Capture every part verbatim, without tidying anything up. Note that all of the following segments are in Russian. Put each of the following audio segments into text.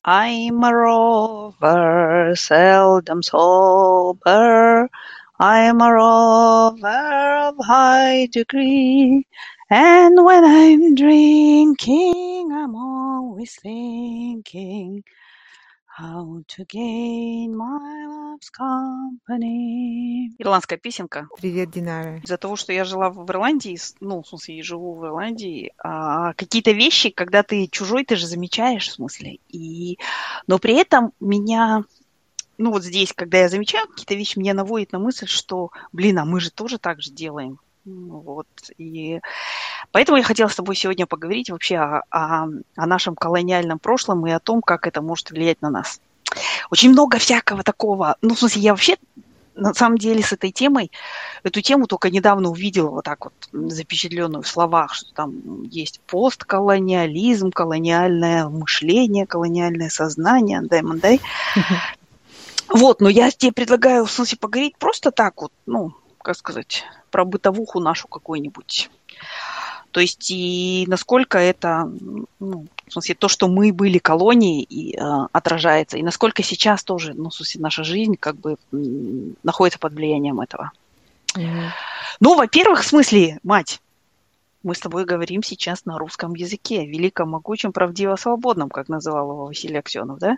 I'm a rover, seldom sober. I'm a rover of high degree. And when I'm drinking, I'm always thinking how to gain my love's company. Ирландская песенка. Привет, Динара. Из-за того, что я жила в Ирландии, с- ну, в смысле, и живу в Ирландии, а, какие-то вещи, когда ты чужой, ты же замечаешь, в смысле. И... Но при этом меня, ну, вот здесь, когда я замечаю какие-то вещи, меня наводит на мысль, что, блин, а мы же тоже так же делаем. Ну, вот. И поэтому я хотела с тобой сегодня поговорить вообще о, о, о нашем колониальном прошлом и о том, как это может влиять на нас. Очень много всякого такого. Ну, в смысле, я вообще на самом деле с этой темой, эту тему только недавно увидела вот так вот запечатленную в словах, что там есть постколониализм, колониальное мышление, колониальное сознание, дай мандай. Вот, но я тебе предлагаю, в смысле, поговорить просто так вот, ну, как сказать, про бытовуху нашу какую-нибудь. То есть и насколько это, ну, в смысле, то, что мы были колонией, и, э, отражается, и насколько сейчас тоже, ну, в смысле, наша жизнь как бы м, находится под влиянием этого. Мгм. Ну, во-первых, в смысле, мать, мы с тобой говорим сейчас на русском языке, великом, могучем, правдиво, свободном, как называл его Василий Аксенов, да?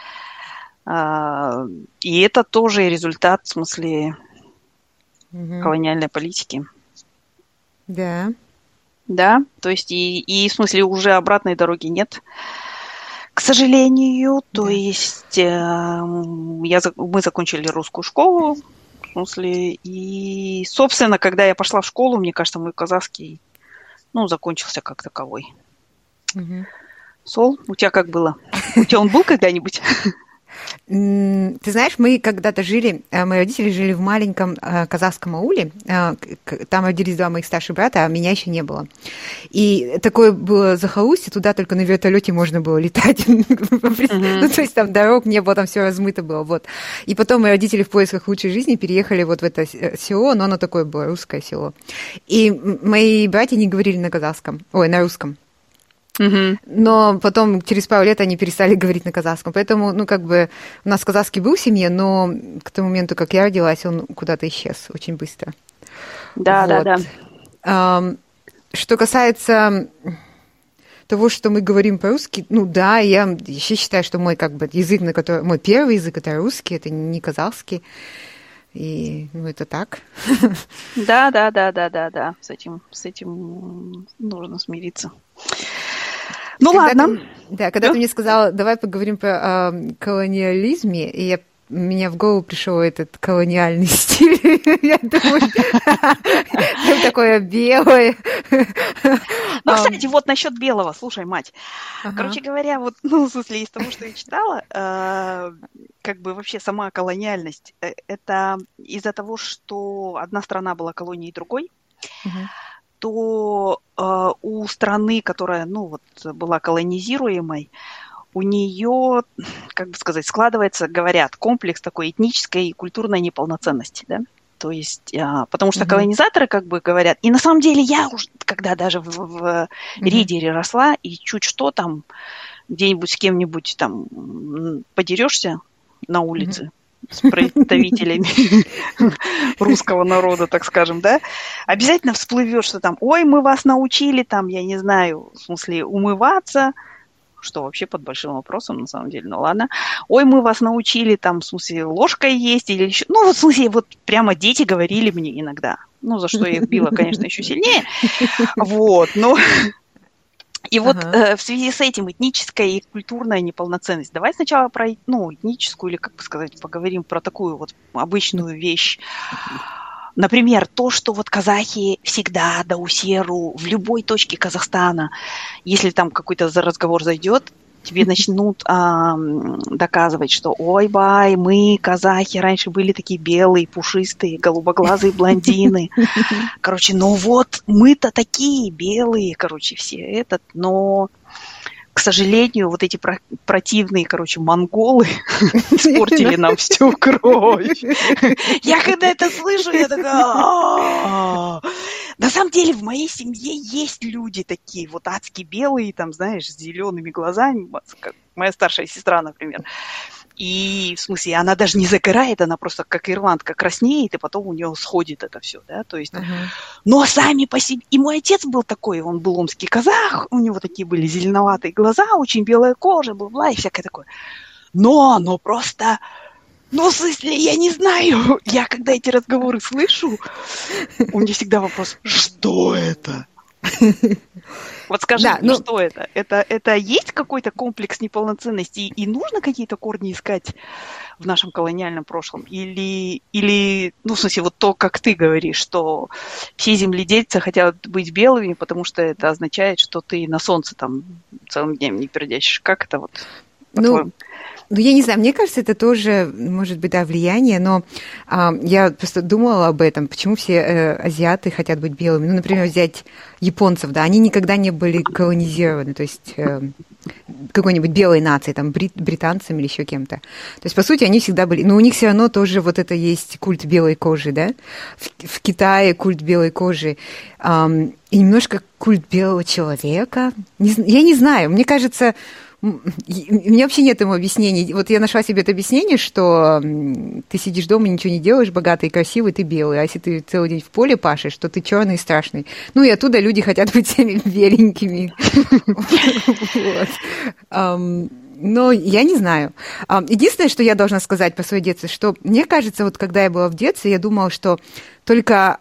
А, и это тоже результат, в смысле, Мгм. колониальной политики. Да. Да, то есть и, и в смысле уже обратной дороги нет, к сожалению. То Да. есть э, я, за- мы закончили русскую школу, в смысле, и, собственно, когда я пошла в школу, мне кажется, мой казахский, ну, закончился как таковой. Мгм. Сол, у тебя как было? У тебя он был когда-нибудь? М, Ты знаешь, мы когда-то жили, э, мои родители жили в маленьком э, казахском ауле. э, к- к- Там родились два моих старших брата, а меня еще не было. И такое было захолустье, туда только на вертолете можно было летать. Ну, Мгм. то есть там дорог не было, там все размыто было. Вот. И потом мои родители в поисках лучшей жизни переехали вот в это с- э, село, но оно такое было, русское село. И м, мои братья не говорили на казахском, ой, на русском. Мгм. Но потом, через пару лет, они перестали говорить на казахском. Поэтому, ну, как бы, у нас казахский был в семье, но к тому моменту, как я родилась, он куда-то исчез очень быстро. Да, да, Вот. да. Ам, Что касается того, что мы говорим по-русски, ну да, я еще считаю, что мой как бы язык, на который, мой первый язык это русский, это не казахский, и ну это так. Да, да, да, да, да, да. С этим, с этим м, нужно смириться. Ну Когда ладно. ты, да, когда Да? ты мне сказала, давай поговорим про ам, колониализме, и я у меня в голову пришел этот колониальный стиль. Я думаю, там такое белое. Ну, Ам, кстати, вот насчет белого, слушай, мать. Ага. Короче говоря, вот, ну, в смысле, из того, что я читала, э, как бы вообще сама колониальность, э, это из-за того, что одна страна была колонией другой, Мгм. то э, у страны, которая, ну, вот, была колонизируемой, у нее, как бы сказать, складывается, говорят, комплекс такой этнической и культурной неполноценности, да? То есть, а, потому что Мгм. колонизаторы как бы говорят, и на самом деле я уже, когда даже в, в Мгм. Ридере росла, и чуть что там, где-нибудь с кем-нибудь там м, подерешься на Мгм. улице с представителями русского народа, так скажем, да, обязательно всплывет, что там, ой, мы вас научили там, я не знаю, в смысле, умываться, что вообще под большим вопросом, на самом деле, ну ладно. Ой, мы вас научили там, в смысле, ложкой есть или еще... Ну, вот, в смысле, вот прямо дети говорили мне иногда. Ну, за что я их била, конечно, еще сильнее. Вот, ну... И вот Ага. э, в связи с этим этническая и культурная неполноценность. Давай сначала про, ну, этническую, или, как бы сказать, поговорим про такую вот Ну, обычную вещь. Например, то, что вот казахи всегда до усеру в любой точке Казахстана, если там какой-то за- разговор зайдет, тебе начнут а, м, доказывать, что ой, бай, мы, казахи, раньше были такие белые, пушистые, голубоглазые блондины. Короче, ну вот, мы-то такие белые, короче, все этот, но, к сожалению, вот эти про- противные, короче, монголы испортили нам всю кровь. Я когда это слышу, я такая... «А-а-а». на самом деле в моей семье есть люди такие, вот адски белые, там, знаешь, с зелеными глазами, как моя старшая сестра, например. И, в смысле, она даже не загорает, она просто как ирландка краснеет, и потом у нее сходит это все, да, то есть, uh-huh. но сами по себе, и мой отец был такой, он был омский казах, у него такие были зеленоватые глаза, очень белая кожа, бла-бла, и всякое такое. Но, но просто, ну, в смысле, я не знаю, я когда эти разговоры слышу, у меня всегда вопрос, что это? Вот скажи, да, ну, что это? это? Это есть какой-то комплекс неполноценности, и, и нужно какие-то корни искать в нашем колониальном прошлом? Или, или, ну, в смысле, вот то, как ты говоришь, что все земледельцы хотят быть белыми, потому что это означает, что ты на солнце там целым днем не пердячишь. Как это вот, по-твоему? Ну, ну, я не знаю, мне кажется, это тоже, может быть, да, влияние, но а, я просто думала об этом, почему все э, азиаты хотят быть белыми. Ну, например, взять японцев, да, они никогда не были колонизированы, то есть э, какой-нибудь белой нацией, там, брит, британцами или еще кем-то. То есть, по сути, они всегда были, но у них все равно тоже вот это есть культ белой кожи, да, в, в Китае культ белой кожи, э, и немножко культ белого человека. Не, я не знаю, мне кажется... У меня вообще нет ему объяснений. Вот я нашла себе это объяснение, что ты сидишь дома, ничего не делаешь, богатый, красивый, ты белый. А если ты целый день в поле пашешь, то ты черный и страшный. Ну и оттуда люди хотят быть всеми беленькими. Но я не знаю. Единственное, что я должна сказать по своей детстве, что мне кажется, вот когда я была в детстве, я думала, что только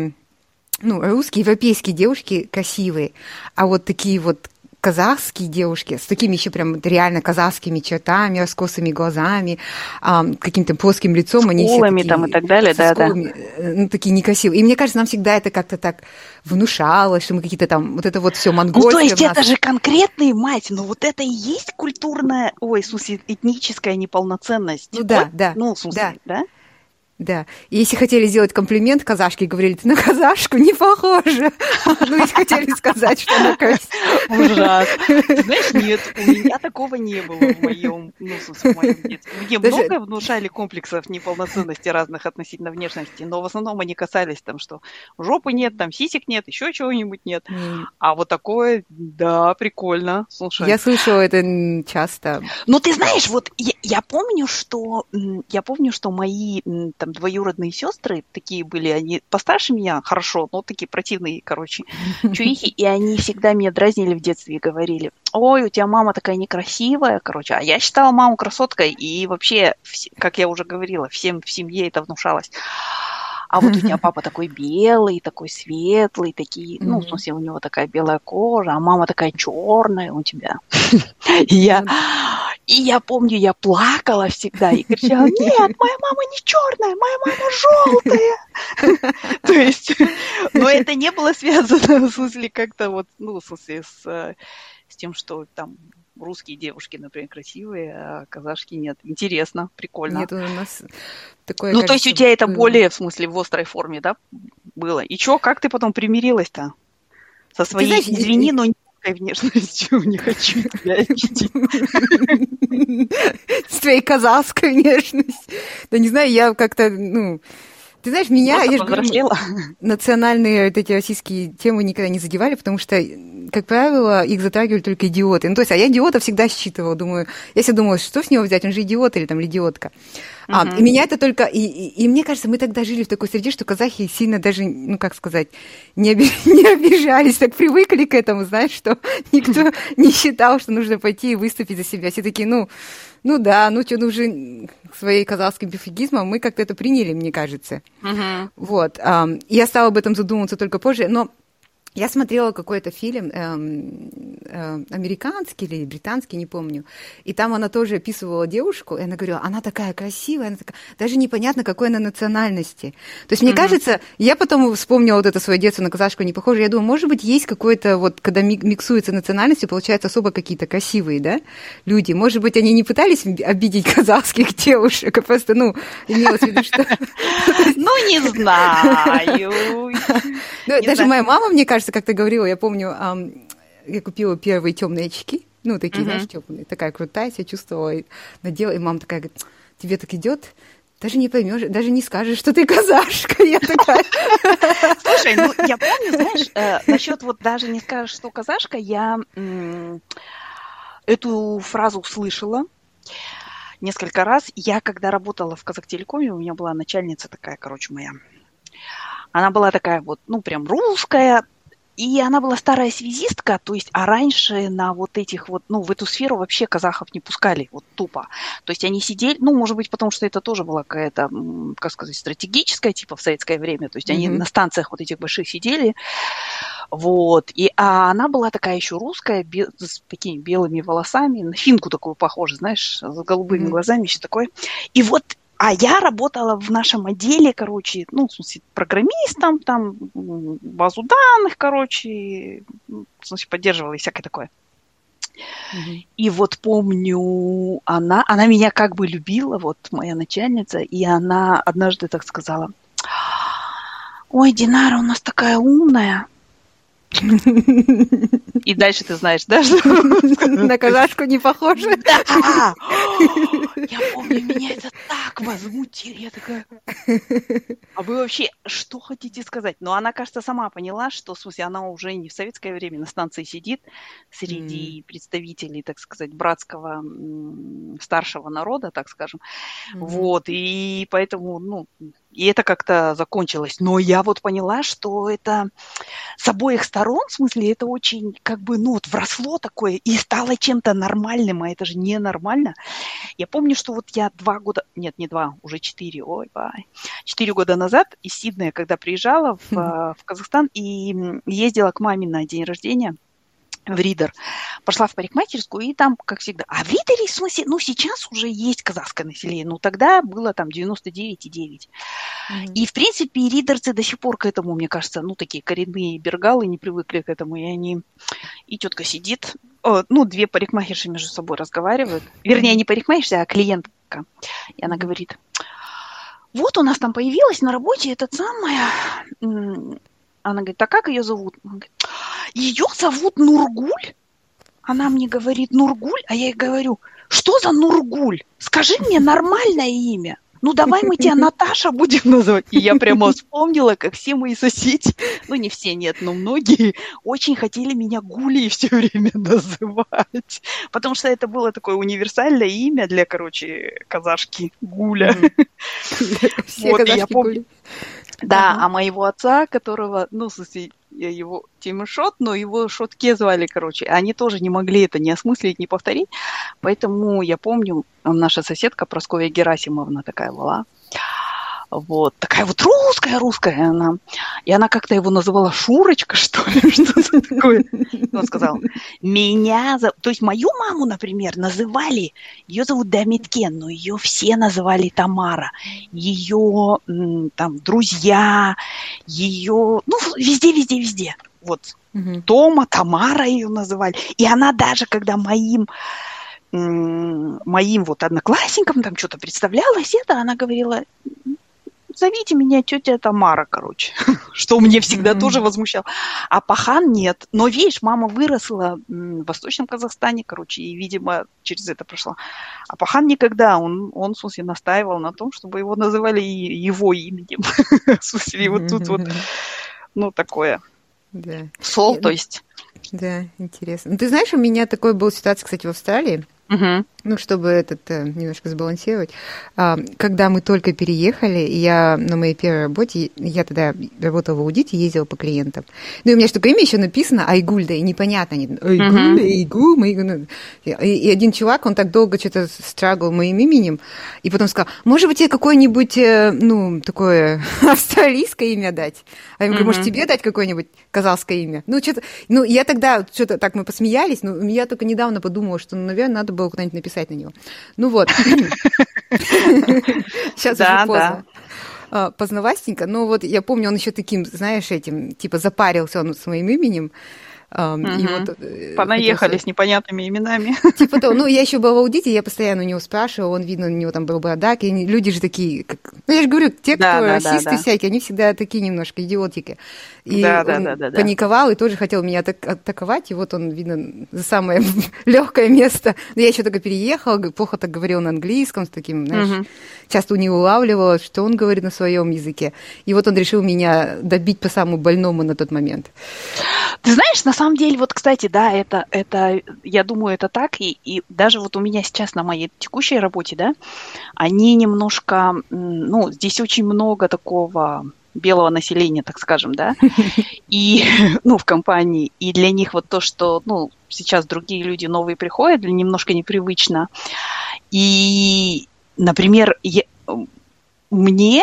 ну, русские, европейские девушки красивые, а вот такие вот казахские девушки с такими еще прям реально казахскими чертами, раскосыми глазами, а, каким-то плоским лицом. С они все такие, там и так далее, да, да. Ну, такие некрасивые. И мне кажется, нам всегда это как-то так внушалось, что мы какие-то там, вот это вот все монгольское. Ну, то есть это же конкретные, мать, но вот это и есть культурная, ой, в смысле, этническая неполноценность. Ну да, вот, да. Ну, в смысле, да? да? Да. И если хотели сделать комплимент казашке, говорили, ты на казашку не похожа. Ну, если хотели сказать, что она красивая. Ужас. Знаешь, нет, у меня такого не было в моем, ну, в моем детстве. Мне Даже... много внушали комплексов неполноценности разных относительно внешности, но в основном они касались там, что жопы нет, там сисек нет, еще чего-нибудь нет. Mm. А вот такое, да, прикольно. Слушай. Я слышала это часто. Ну, ты знаешь, вот я, я помню, что я помню, что мои там двоюродные сестры такие были, они постарше меня, хорошо, но такие противные, короче, чуихи, и они всегда меня дразнили в детстве и говорили, ой, у тебя мама такая некрасивая, короче, а я считала маму красоткой, и вообще, как я уже говорила, всем в семье это внушалось. А вот у тебя папа такой белый, такой светлый, такие, ну, в смысле, у него такая белая кожа, а мама такая черная у тебя. И я, и я помню, я плакала всегда и кричала, нет, моя мама не черная, моя мама желтая. То есть, но это не было связано, в смысле, как-то вот, ну, в смысле, с тем, что там русские девушки, например, красивые, а казашки нет. Интересно, прикольно. Нет, у нас такое, Ну, кажется, то есть у тебя это было. более, в смысле, в острой форме, да, было? И чё, как ты потом примирилась-то со своей, знаешь, извини, но не такой внешностью, не хочу тебя видеть. С твоей казахской внешностью. Да не знаю, я как-то, ну... Ты знаешь, меня я же говорю, национальные вот эти российские темы никогда не задевали, потому что, как правило, их затрагивали только идиоты. Ну, то есть, а я идиота всегда считывала, думаю, я себе думала, что с него взять, он же идиот или там идиотка. Uh-huh. А, и меня это только... И, и, и мне кажется, мы тогда жили в такой среде, что казахи сильно даже, ну, как сказать, не, оби, не обижались, так привыкли к этому, знаешь, что никто не считал, что нужно пойти и выступить за себя. Все такие, ну... Ну да, ну что, ну уже своим казахским пофигизмом мы как-то это приняли, мне кажется. Uh-huh. Вот. Я стала об этом задумываться только позже, но я смотрела какой-то фильм, эм, э, американский или британский, не помню, и там она тоже описывала девушку, и она говорила, она такая красивая, она такая... даже непонятно, какой она национальности. То есть, мне mm-hmm. кажется, я потом вспомнила вот это свое детство на казашку не похоже, я думаю, может быть, есть какой-то, вот, когда миксуются национальности, получается особо какие-то красивые, да, люди. Может быть, они не пытались обидеть казахских девушек, а просто, ну, имелось в виду, что... Ну, не знаю. Даже моя мама, мне кажется, как ты говорила, я помню, эм, я купила первые темные очки, ну, такие, uh-huh. знаешь, темные, такая крутая, себя чувствовала, и надела, и мама такая говорит, тебе так идет, даже не поймешь, даже не скажешь, что ты казашка. Я такая. Слушай, ну я помню, знаешь, э, насчет вот даже не скажешь, что казашка, я м, эту фразу слышала несколько раз. Я когда работала в Казахтелекоме, у меня была начальница такая, короче, моя. Она была такая вот, ну, прям русская. И она была старая связистка, то есть, а раньше на вот этих вот, ну, в эту сферу вообще казахов не пускали, вот тупо. То есть они сидели, ну, может быть, потому что это тоже была какая-то, как сказать, стратегическая, типа в советское время, то есть они mm-hmm. на станциях вот этих больших сидели, вот. И, а она была такая еще русская, бе, с такими белыми волосами, на финку такую похожую, знаешь, с голубыми mm-hmm. глазами, еще такое. И вот А я работала в нашем отделе, короче, ну, в смысле, программистом, там, базу данных, короче, в смысле, поддерживала и всякое такое. Mm-hmm. И вот помню, она, она меня как бы любила, вот моя начальница, и она однажды так сказала: ой, Динара у нас такая умная. И дальше ты знаешь, да? На казашку не похоже. Да! Я помню, меня это так возмутило. Я такая: а вы вообще что хотите сказать? Но она, кажется, сама поняла, что, в смысле, она уже не в советское время на станции сидит среди mm. представителей, так сказать, братского м, старшего народа, так скажем. Mm-hmm. Вот, и поэтому, ну, и это как-то закончилось. Но я вот поняла, что это с обоих сторон, в смысле, это очень, как бы, ну, вот вросло такое и стало чем-то нормальным, а это же ненормально. Я помню, что вот я два года, нет, не два, уже четыре, ой, бай, четыре года назад из Сиднея, когда приезжала в, mm-hmm. в Казахстан и ездила к маме на день рождения в Ридер, пошла в парикмахерскую, и там, как всегда, а в Ридере, в смысле, ну, сейчас уже есть казахское население, ну, тогда было там девяносто девять и девять. Mm-hmm. И, в принципе, ридерцы до сих пор к этому, мне кажется, ну, такие коренные бергалы не привыкли к этому, и они, и тетка сидит, о, ну, две парикмахерши между собой разговаривают, вернее, не парикмахерша, а клиентка, и она говорит: вот у нас там появилась на работе этот самый... Она говорит: а как ее зовут? Она говорит: ее зовут Нургуль. Она мне говорит: Нургуль, а я ей говорю: что за Нургуль? Скажи мне нормальное имя. Ну, давай мы тебя Наташа будем называть. И я прямо вспомнила, как все мои соседи, ну, не все, нет, но многие очень хотели меня Гулей все время называть. Потому что это было такое универсальное имя для, короче, казашки Гуля. Все казашки Гули. Да, ага. А моего отца, которого, ну, в смысле, его Тимишот, но его Шотке звали, короче, они тоже не могли это не осмыслить, не повторить, поэтому я помню, наша соседка Прасковья Герасимовна такая была, вот, такая вот русская-русская она, и она как-то его называла Шурочка, что ли, что-то такое. И он сказал: меня, зов... то есть мою маму, например, называли, ее зовут Дамиткен, но ее все называли Тамара, ее там друзья, ее, ну, везде, везде, везде, вот, угу. Тома, Тамара ее называли, и она даже, когда моим моим вот одноклассникам там что-то представлялось, это она говорила: зовите меня тетя Тамара, короче, что мне всегда mm-hmm. тоже возмущало. А Пахан нет. Но, видишь, мама выросла в Восточном Казахстане, короче, и, видимо, через это прошла. А Пахан никогда, он, он в смысле, настаивал на том, чтобы его называли его именем. В смысле, вот тут вот, ну, такое. Да. Сол, то есть. Да, интересно. Ну, ты знаешь, у меня такой была ситуация, кстати, в Австралии. Угу. Ну, чтобы этот немножко сбалансировать. Когда мы только переехали, я на моей первой работе, я тогда работала в аудите, ездила по клиентам. Ну, и у меня же такое имя еще написано Айгуль, да, и непонятно. Айгуль, Айгуль, Айгуль. И один чувак, он так долго что-то страгал моим именем, и потом сказал: может быть, тебе какое-нибудь, ну, такое австралийское имя дать? А я говорю: может, тебе дать какое-нибудь казахское имя? Ну, что-то, ну, я тогда что-то так мы посмеялись, но я только недавно подумала, что, ну, наверное, надо было куда-нибудь написать на него. Ну вот. Сейчас уже поздно. Поздновастенько. Но вот я помню, он еще таким, знаешь, этим, типа запарился он с моим именем. Угу. И вот, понаехали хотелось... с непонятными именами. Типа того. Ну, я еще была в аудите, я постоянно у него спрашивала, он, видно, у него там был бардак, и люди же такие, как... ну, я же говорю, те, да, кто да, расисты да, да. всякие, они всегда такие немножко идиотики. И да, он да, да, да, паниковал, да. и тоже хотел меня атак- атаковать, и вот он, видно, за самое легкое место. Но я еще только переехала, плохо так говорил на английском, с таким, знаешь, угу. часто не улавливала, что он говорит на своем языке. И вот он решил меня добить по самому больному на тот момент. Ты знаешь, на самом деле, вот, кстати, да, это, это я думаю, это так, и, и даже вот у меня сейчас на моей текущей работе, да, они немножко, ну, здесь очень много такого белого населения, так скажем, да, и, ну, в компании, и для них вот то, что, ну, сейчас другие люди новые приходят, для немножко непривычно, и, например, я, мне,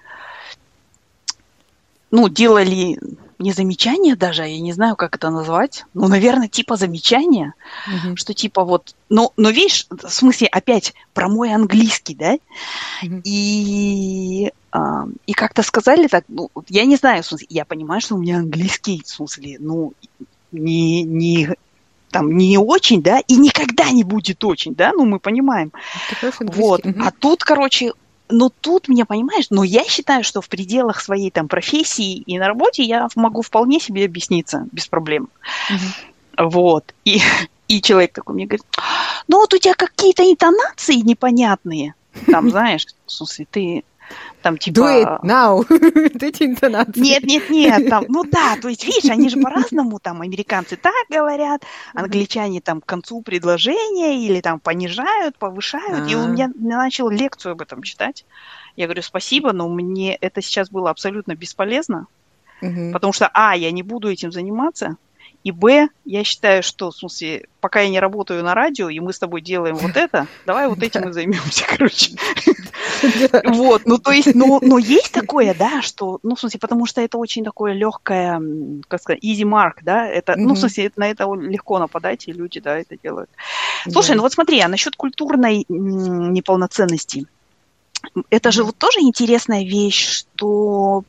ну, делали не замечание даже, я не знаю, как это назвать, ну, наверное, типа замечания, mm-hmm. что типа вот, но, но видишь, в смысле, опять про мой английский, да, mm-hmm. и, а, и как-то сказали так, ну, я не знаю, в смысле, я понимаю, что у меня английский, в смысле, ну, не, не, там, не очень, да, и никогда не будет очень, да, ну, мы понимаем, вот, mm-hmm. а тут, короче, но тут меня, понимаешь, но я считаю, что в пределах своей там профессии и на работе я могу вполне себе объясниться без проблем. Mm-hmm. Вот. И, и человек такой мне говорит, ну вот у тебя какие-то интонации непонятные. Там, знаешь, в смысле, ты там типа... Do it now. Эти интонации. Нет, нет, нет. Там, ну да, то есть, видишь, они же по-разному, там, американцы так говорят, англичане там к концу предложения или там понижают, повышают. А-а-а. И он меня начал лекцию об этом читать. Я говорю, спасибо, но мне это сейчас было абсолютно бесполезно, угу. потому что, а, я не буду этим заниматься, и, б, я считаю, что, в смысле, пока я не работаю на радио, и мы с тобой делаем вот это, давай вот этим и займемся, короче. Вот, ну, то есть, но есть такое, да, что, ну, в смысле, потому что это очень такое легкое, как сказать, easy mark, да, это, ну, в смысле, на это легко нападать, и люди, да, это делают. Слушай, ну вот смотри, а насчет культурной неполноценности, это же вот тоже интересная вещь, что...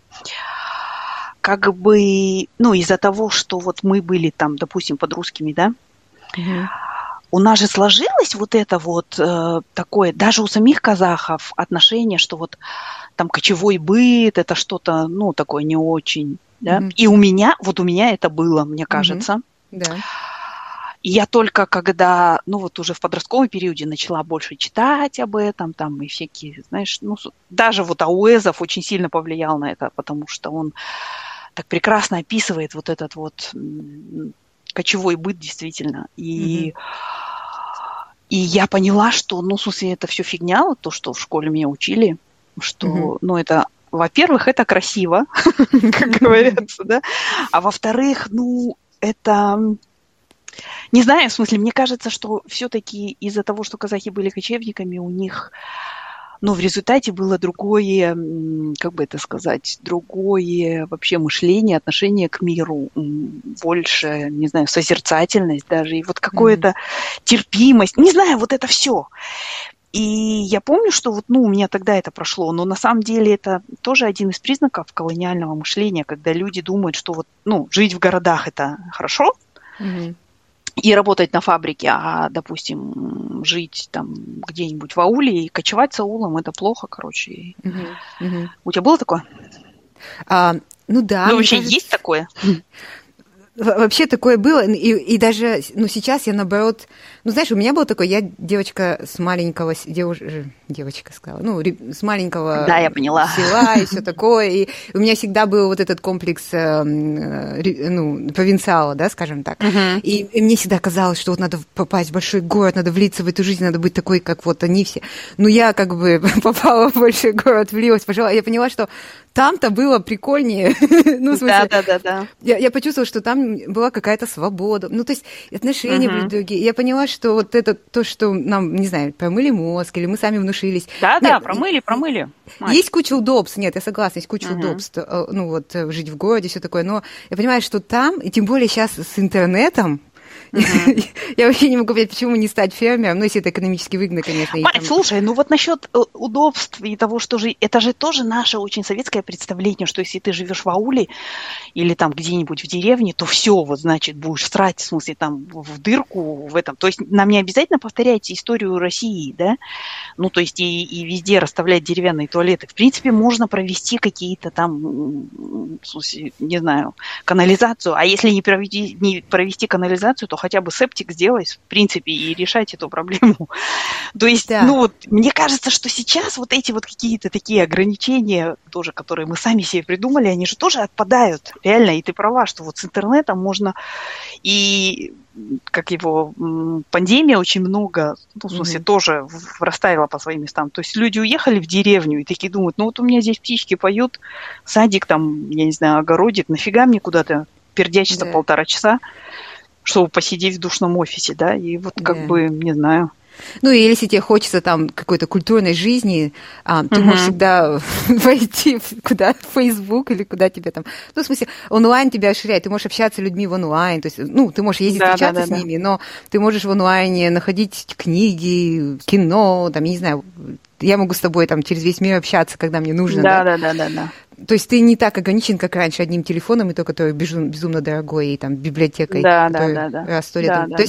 как бы, ну, из-за того, что вот мы были там, допустим, под русскими, да, mm-hmm. у нас же сложилось вот это вот э, такое, даже у самих казахов отношение, что вот там кочевой быт, это что-то, ну, такое не очень, да, mm-hmm. и у меня, вот у меня это было, мне кажется. Mm-hmm. Да. И я только когда, ну, вот уже в подростковом периоде начала больше читать об этом, там, и всякие, знаешь, ну, даже вот Ауэзов очень сильно повлиял на это, потому что он так прекрасно описывает вот этот вот кочевой быт действительно. И, mm-hmm. и я поняла, что, ну, в смысле, это все фигня, вот то, что в школе меня учили, что, mm-hmm. ну, это, во-первых, это красиво, как говорится, да, а во-вторых, ну, это... Не знаю, в смысле, мне кажется, что все-таки из-за того, что казахи были кочевниками, у них... Но в результате было другое, как бы это сказать, другое вообще мышление, отношение к миру, больше, не знаю, созерцательность даже, и вот какая-то mm-hmm. терпимость, не знаю, вот это все. И я помню, что вот, ну, у меня тогда это прошло, но на самом деле это тоже один из признаков колониального мышления, когда люди думают, что вот, ну, жить в городах это хорошо, mm-hmm. и работать на фабрике, а, допустим, жить там где-нибудь в ауле и кочевать с аулом, это плохо, короче. Uh-huh, uh-huh. У тебя было такое? А, ну да. Ну вообще кажется... есть такое? Вообще такое было, и, и даже, ну, сейчас я, наоборот, ну, знаешь, у меня был такой, я девочка с маленького, девуш... девочка сказала, ну, с маленького да, я поняла. села и все такое, и у меня всегда был вот этот комплекс, ну, провинциала, да, скажем так, uh-huh. и, и мне всегда казалось, что вот надо попасть в большой город, надо влиться в эту жизнь, надо быть такой, как вот они все, но я как бы попала в большой город, влилась, пожалуй, я поняла, что там-то было прикольнее, ну, в смысле, да, да, да, да. Я, я почувствовала, что там была какая-то свобода, ну, то есть отношения uh-huh. были другие. Я поняла, что вот это то, что нам, не знаю, промыли мозг, или мы сами внушились. Да-да, нет, промыли, промыли. Мать. Есть куча удобств, нет, я согласна, есть куча uh-huh. удобств, ну, вот, жить в городе, все такое, но я понимаю, что там, и тем более сейчас с интернетом, Uh-huh. Я вообще не могу понять, почему не стать фермером, ну, если это экономически выгодно, конечно. Мать, там... слушай, ну вот насчет удобств и того, что же... Это же тоже наше очень советское представление, что если ты живешь в ауле или там где-нибудь в деревне, то все, вот, значит, будешь срать, в смысле, там, в дырку в этом. То есть нам не обязательно повторять историю России, да? Ну, то есть и, и везде расставлять деревянные туалеты. В принципе, можно провести какие-то там, в смысле, не знаю, канализацию. А если не провести, не провести канализацию, то хотя бы септик сделать, в принципе, и решать эту проблему. То есть, да. ну вот, мне кажется, что сейчас вот эти вот какие-то такие ограничения, тоже, которые мы сами себе придумали, они же тоже отпадают. Реально, и ты права, что вот с интернетом можно и... как его, пандемия очень много, ну, в смысле, mm-hmm. тоже расставила по своим местам. То есть люди уехали в деревню и такие думают, ну вот у меня здесь птички поют, садик там, я не знаю, огородик, нафига мне куда-то пердячиться yeah. полтора часа, чтобы посидеть в душном офисе, да, и вот как yeah. бы, не знаю. Ну, и если тебе хочется там какой-то культурной жизни, а, ты uh-huh. можешь всегда войти в, куда, в Facebook или куда тебе там... Ну, в смысле, онлайн тебя расширяет, ты можешь общаться с людьми в онлайн, то есть, ну, ты можешь ездить да, встречаться да, да, с ними, да. но ты можешь в онлайне находить книги, кино, там, я не знаю, я могу с тобой там через весь мир общаться, когда мне нужно. Да, да, да, да, да. То есть ты не так ограничен, как раньше, одним телефоном, и то, который безумно, безумно дорогой, и там библиотекой, да, да, да, да. раз сто лет. Да, да, то есть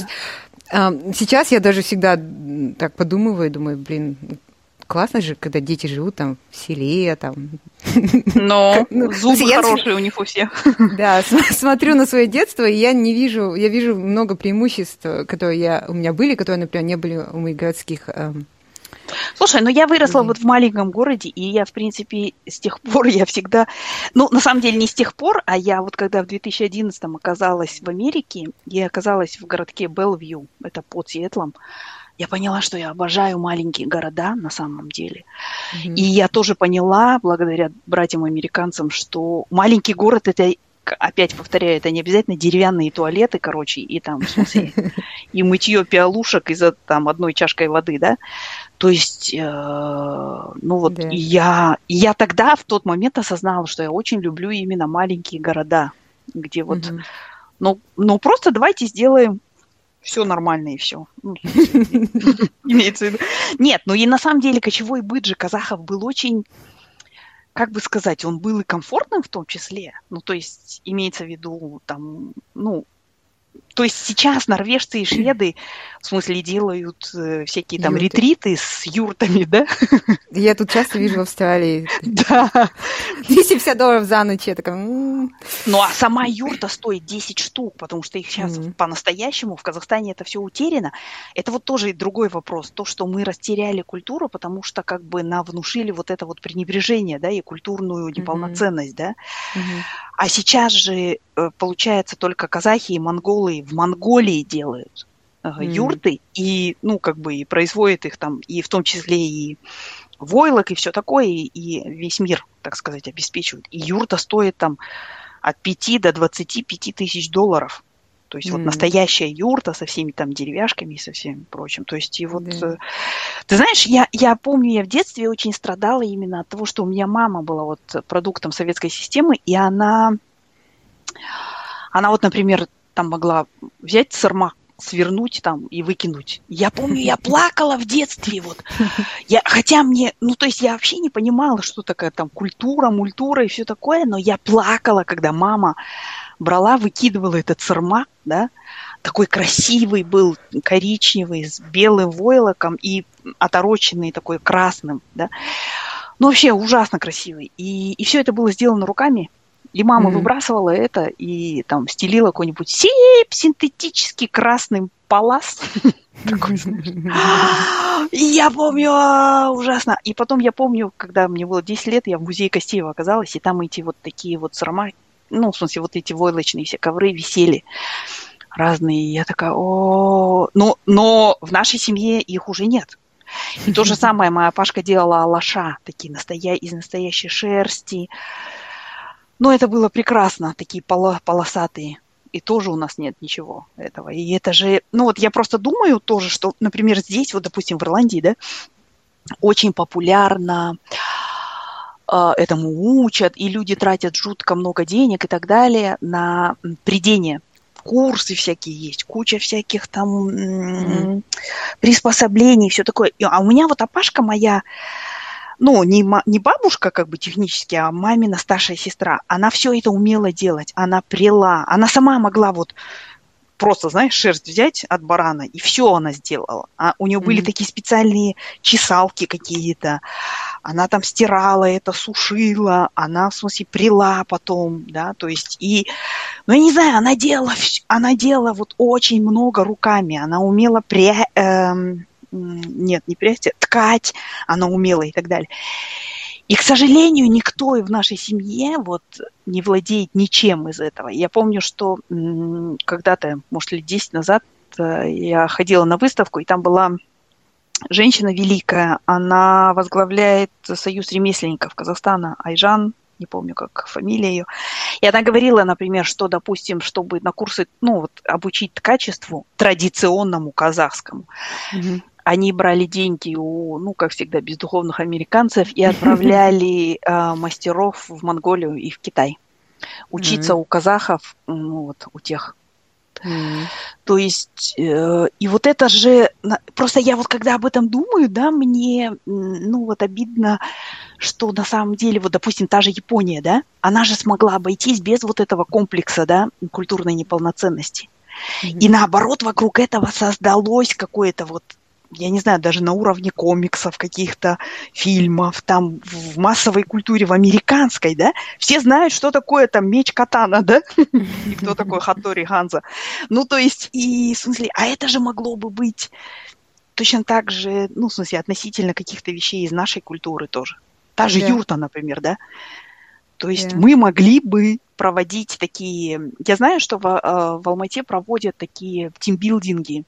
сейчас я даже всегда так подумываю, думаю, блин, классно же, когда дети живут там в селе, там. Но ну, зубы я хорошие у них у всех. Да, смотрю на свое детство, и я не вижу, я вижу много преимуществ, которые я, у меня были, которые, например, не были у моих городских. Слушай, ну я выросла mm-hmm. вот в маленьком городе, и я, в принципе, с тех пор я всегда... Ну, на самом деле, не с тех пор, а я вот когда в две тысячи одиннадцатом оказалась в Америке, я оказалась в городке Белвью, это под Сиэтлом, я поняла, что я обожаю маленькие города на самом деле. Mm-hmm. И я тоже поняла, благодаря братьям-американцам, что маленький город – это... Опять повторяю, это не обязательно деревянные туалеты, короче, и там, в смысле, и мытье пиалушек из-за там одной чашкой воды, да. То есть, э, ну вот, да. я, я тогда в тот момент осознала, что я очень люблю именно маленькие города, где вот, mm-hmm. ну, ну, просто давайте сделаем все нормально и все. Имеется в виду. Нет, ну и на самом деле кочевой быт же казахов был очень... Как бы сказать, он был и комфортным в том числе. Ну, то есть, имеется в виду, там, ну, то есть сейчас норвежцы и шведы, в смысле, делают э, всякие там Юрты. ретриты с юртами, да? Я тут часто вижу в Австралии. Да. двести пятьдесят долларов за ночь, я такая... М-м". Ну, а сама юрта стоит десять штук, потому что их сейчас mm-hmm. по-настоящему в Казахстане это все утеряно. Это вот тоже другой вопрос. То, что мы растеряли культуру, потому что как бы нам внушили вот это вот пренебрежение, да, и культурную неполноценность, mm-hmm. да. Mm-hmm. А сейчас же, получается, только казахи и монголы в Монголии делают э, mm. юрты и, ну, как бы, и производят их там, и в том числе и войлок, и все такое, и, и весь мир, так сказать, обеспечивают. И юрта стоит там от пяти до двадцати пяти тысяч долларов. То есть mm. вот настоящая юрта со всеми там деревяшками и со всем прочим. То есть и вот... Yeah. Э, ты знаешь, я, я помню, я в детстве очень страдала именно от того, что у меня мама была вот продуктом советской системы, и она... Она вот, например, там могла взять сырмак, свернуть там и выкинуть. Я помню, я плакала в детстве. Вот. Я, хотя мне, ну, то есть я вообще не понимала, что такое там культура, мультура и все такое, но я плакала, когда мама брала, выкидывала этот сырмак, да, такой красивый был, коричневый, с белым войлоком и отороченный такой красным, да. Ну, вообще ужасно красивый. И, и все это было сделано руками. И мама mm-hmm. выбрасывала это и там стелила какой-нибудь сип синтетический красный палас. Я помню, ужасно. И потом я помню, когда мне было десять лет, я в музее Костеева оказалась, и там эти вот такие вот сырма, ну, в смысле, вот эти войлочные все ковры висели разные. И я такая, о, но, но в нашей семье их уже нет. И то же самое моя Пашка делала алаша, такие настоя... из настоящей шерсти. Но это было прекрасно, такие поло- полосатые. И тоже у нас нет ничего этого. И это же... Ну вот я просто думаю тоже, что, например, здесь, вот, допустим, в Ирландии, да, очень популярно э, этому учат, и люди тратят жутко много денег и так далее на прядение курсы всякие есть, куча всяких там mm-hmm. приспособлений, все такое. А у меня вот опашка моя, ну, не, не бабушка как бы технически, а мамина старшая сестра, она все это умела делать, она прила, она сама могла вот просто, знаешь, шерсть взять от барана, и все она сделала. А у нее mm-hmm. были такие специальные чесалки какие-то, она там стирала это, сушила, она, в смысле, прила потом, да, то есть, и, ну, я не знаю, она делала, она делала вот очень много руками, она умела пря... Эм, нет, не прясть, ткать, она умела и так далее. И, к сожалению, никто в нашей семье вот не владеет ничем из этого. Я помню, что м- когда-то, может, лет десять назад я ходила на выставку, и там была женщина великая, она возглавляет Союз ремесленников Казахстана, Айжан, не помню, как фамилия ее. И она говорила, например, что, допустим, чтобы на курсы, ну, вот, обучить ткачеству традиционному казахскому, mm-hmm. они брали деньги у, ну, как всегда, бездуховных американцев и отправляли э, мастеров в Монголию и в Китай учиться mm-hmm. у казахов, ну, вот, у тех. Mm-hmm. То есть, э, и вот это же, просто я вот когда об этом думаю, да, мне, ну, вот обидно, что на самом деле, вот, допустим, та же Япония, да, она же смогла обойтись без вот этого комплекса, да, культурной неполноценности. Mm-hmm. И наоборот, вокруг этого создалось какое-то вот, я не знаю, даже на уровне комиксов, каких-то фильмов, там в массовой культуре, в американской, да, все знают, что такое там меч катана, да, и кто такой Хаттори Ханзо. Ну, то есть, и, в смысле, а это же могло бы быть точно так же, ну, в смысле, относительно каких-то вещей из нашей культуры тоже. Та же юрта, например, да. То есть мы могли бы проводить такие... Я знаю, что в, в Алмате проводят такие тимбилдинги,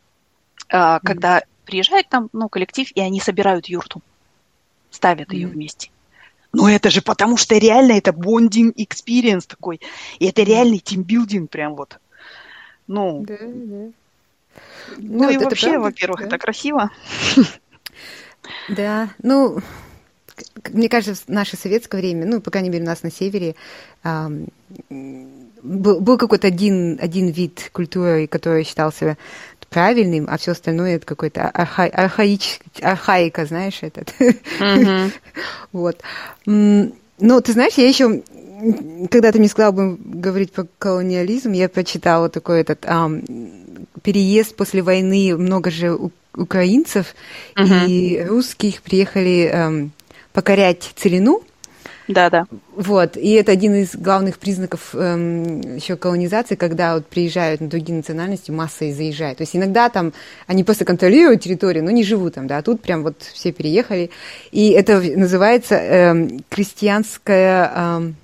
когда приезжает там, ну, коллектив, и они собирают юрту, ставят mm-hmm. ее вместе. Но это же потому, что реально это bonding experience такой. И это mm-hmm. реальный тимбилдинг прям вот. Ну, да, да. ну, ну и вообще, правда, во-первых, да. это красиво. Да, ну, мне кажется, в наше советское время, ну, по крайней мере, у нас на севере, эм, был, был какой-то один, один вид культуры, который считался правильным, а все остальное это какой-то арха... архаич... архаика, знаешь, этот. Mm-hmm. Вот. Но ты знаешь, я еще, когда ты мне сказала бы говорить про колониализм, я прочитала такой этот ам, переезд после войны, много же у... украинцев mm-hmm. и русских приехали ам, покорять Целину. Да, да. Вот, и это один из главных признаков эм, еще колонизации, когда вот приезжают на другие национальности, массой заезжают. То есть иногда там они просто контролируют территорию, но не живут там, да, а тут прям вот все переехали. И это называется эм, крестьянская... Эм,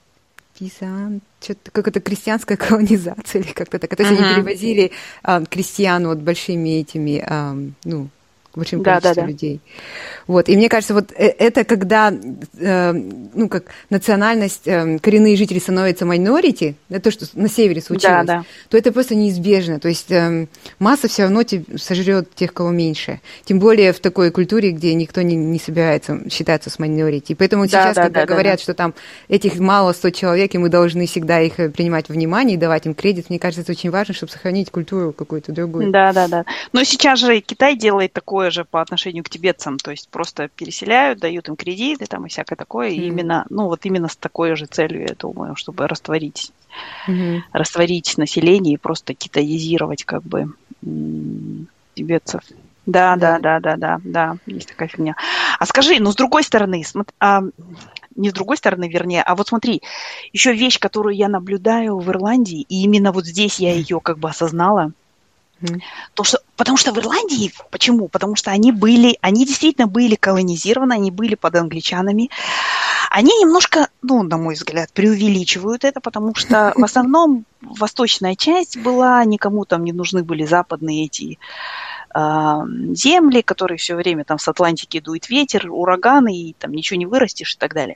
что-то, как это крестьянская колонизация или как-то так. То есть uh-huh. они перевозили э, крестьян вот большими этими, э, ну, большим да, количеством да, да. людей. Вот. И мне кажется, вот это когда, э, ну, как национальность, э, коренные жители становятся minority, это то, что на севере случилось, да, да. то это просто неизбежно. То есть э, масса все равно сожрет тех, кого меньше. Тем более в такой культуре, где никто не, не собирается считаться с minority. И поэтому да, сейчас, да, когда да, говорят, да, да. что там этих мало сто человек, и мы должны всегда их принимать во внимание и давать им кредит, мне кажется, это очень важно, чтобы сохранить культуру какую-то другую. Да, да, да. Но сейчас же Китай делает такое же по отношению к тибетцам, то есть просто переселяют, дают им кредиты там и всякое такое, mm-hmm. и именно, ну вот именно с такой же целью, я думаю, чтобы растворить, mm-hmm. растворить население и просто китаизировать как бы м- тибетцев. Да, да, да, да, да, да, есть такая фигня. А скажи, ну с другой стороны, смотри, а, не с другой стороны, вернее, а вот смотри, еще вещь, которую я наблюдаю в Ирландии, и именно вот здесь я ее как бы осознала. То, что, потому что в Ирландии, почему? Потому что они были, они действительно были колонизированы, они были под англичанами. Они немножко, ну, на мой взгляд, преувеличивают это, потому что в основном восточная часть была, никому там не нужны были западные эти э, земли, которые все время там с Атлантики дует ветер, ураганы, и там ничего не вырастешь и так далее.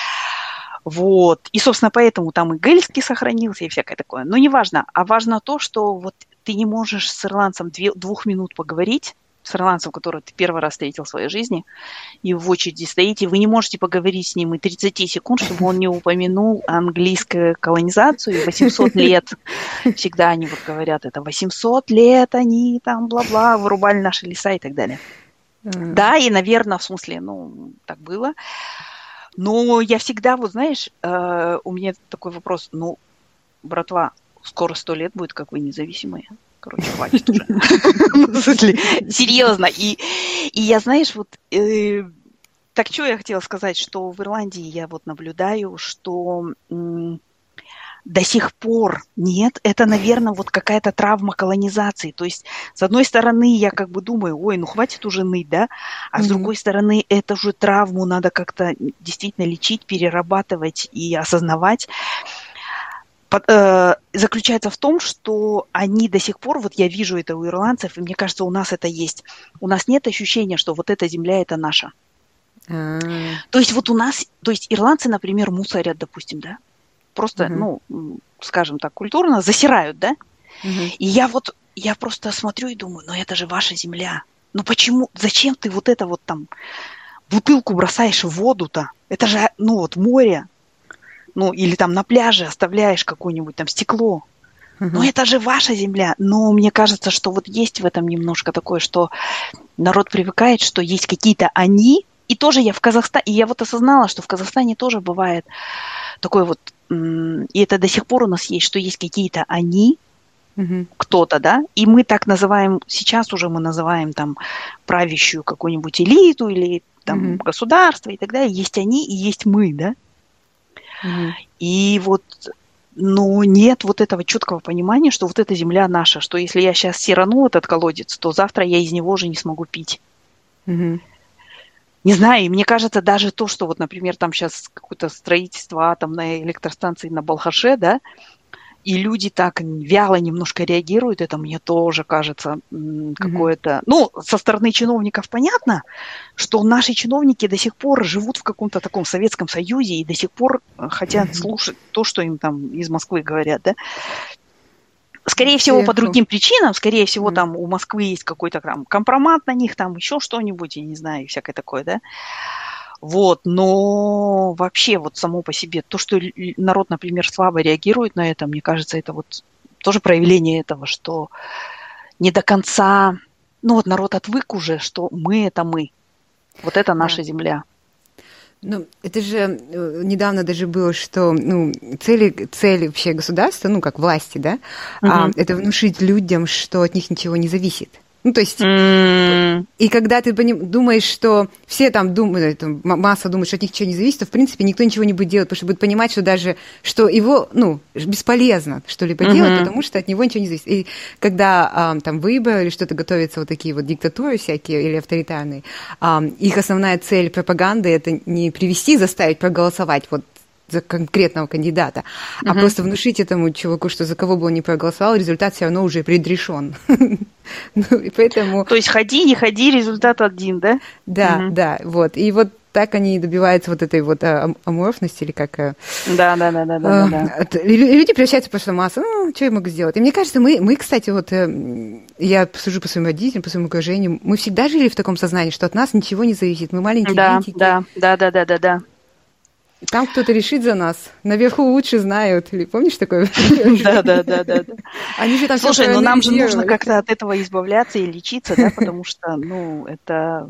Вот. И, собственно, поэтому там и гельский сохранился, и всякое такое. Но не важно. А важно то, что вот ты не можешь с ирландцем две, двух минут поговорить, с ирландцем, которого ты первый раз встретил в своей жизни, и в очереди стоите, вы не можете поговорить с ним и тридцать секунд, чтобы он не упомянул английскую колонизацию, и восемьсот лет, всегда они вот говорят это, восемьсот лет они там бла-бла, вырубали наши леса и так далее. Mm-hmm. Да, и, наверное, в смысле, ну, так было. Но я всегда, вот знаешь, э, у меня такой вопрос, ну, братва, скоро сто лет будет, как вы независимые. Короче, хватит уже. Серьезно. И я, знаешь, вот... Так что я хотела сказать, что в Ирландии я вот наблюдаю, что до сих пор нет, это, наверное, вот какая-то травма колонизации. То есть, с одной стороны, я как бы думаю, ой, ну хватит уже ныть, да? А с другой стороны, эту же травму надо как-то действительно лечить, перерабатывать и осознавать. Заключается в том, что они до сих пор, вот я вижу это у ирландцев, и мне кажется, у нас это есть. У нас нет ощущения, что вот эта земля – это наша. Mm. То есть вот у нас, то есть ирландцы, например, мусорят, допустим, да, просто, mm-hmm. ну, скажем так, культурно засирают, да, mm-hmm. и я вот, я просто смотрю и думаю, ну это же ваша земля. Ну почему, зачем ты вот это вот там бутылку бросаешь в воду-то? Это же, ну вот море. Ну, или там на пляже оставляешь какое-нибудь там стекло. Uh-huh. Ну, это же ваша земля. Но мне кажется, что вот есть в этом немножко такое, что народ привыкает, что есть какие-то они. И тоже я в Казахстане, и я вот осознала, что в Казахстане тоже бывает такое вот, и это до сих пор у нас есть, что есть какие-то они, uh-huh. кто-то, да, и мы так называем, сейчас уже мы называем там правящую какую-нибудь элиту или там uh-huh. государство и так далее. Есть они и есть мы, да. Mm-hmm. И вот, ну, нет вот этого четкого понимания, что вот эта земля наша, что если я сейчас сирану этот колодец, то завтра я из него уже не смогу пить. Mm-hmm. Не знаю, и мне кажется, даже то, что вот, например, там сейчас какое-то строительство атомной электростанции на Балхаше, да, и люди так вяло немножко реагируют, это мне тоже кажется м, какое-то... Mm-hmm. Ну, со стороны чиновников понятно, что наши чиновники до сих пор живут в каком-то таком Советском Союзе и до сих пор хотят mm-hmm. слушать то, что им там из Москвы говорят, да. Скорее всего, по другим причинам, скорее всего, mm-hmm. там у Москвы есть какой-то там компромат на них, там еще что-нибудь, я не знаю, и всякое такое, да. Вот, но вообще вот само по себе, то, что народ, например, слабо реагирует на это, мне кажется, это вот тоже проявление этого, что не до конца, ну вот народ отвык уже, что мы – это мы, вот это наша да. земля. Ну, это же недавно даже было, что ну, цели, цели вообще государства, ну, как власти, да, mm-hmm. а, это внушить людям, что от них ничего не зависит. Ну, то есть, mm. и когда ты думаешь, что все там думают, масса думает, что от них ничего не зависит, то, в принципе, никто ничего не будет делать, потому что будет понимать, что даже, что его, ну, бесполезно что-либо mm-hmm. делать, потому что от него ничего не зависит. И когда а, там выборы или что-то готовятся, вот такие вот диктатуры всякие или авторитарные, а, их основная цель пропаганды – это не привести, заставить проголосовать вот за конкретного кандидата, а uh-huh. просто внушить этому чуваку, что за кого бы он ни проголосовал, результат все равно уже предрешен. ну, и поэтому... То есть ходи, не ходи, результат один, да? Да, uh-huh. да, вот. И вот так они добиваются вот этой вот аморфности, или как... Да, да, да, да, да, да. Люди превращаются просто в массу. Ну, что я могу сделать? И мне кажется, мы, мы, кстати, вот я сужу по своим родителям, по своему окружению, мы всегда жили в таком сознании, что от нас ничего не зависит. Мы маленькие да, дети. Да, да, да, да, да, да. Там кто-то решит за нас. Наверху лучше знают. Или помнишь такое? Да, да, да, да. Они же там Слушай, ну нам же нужно как-то от этого избавляться и лечиться, да, потому что, ну, это,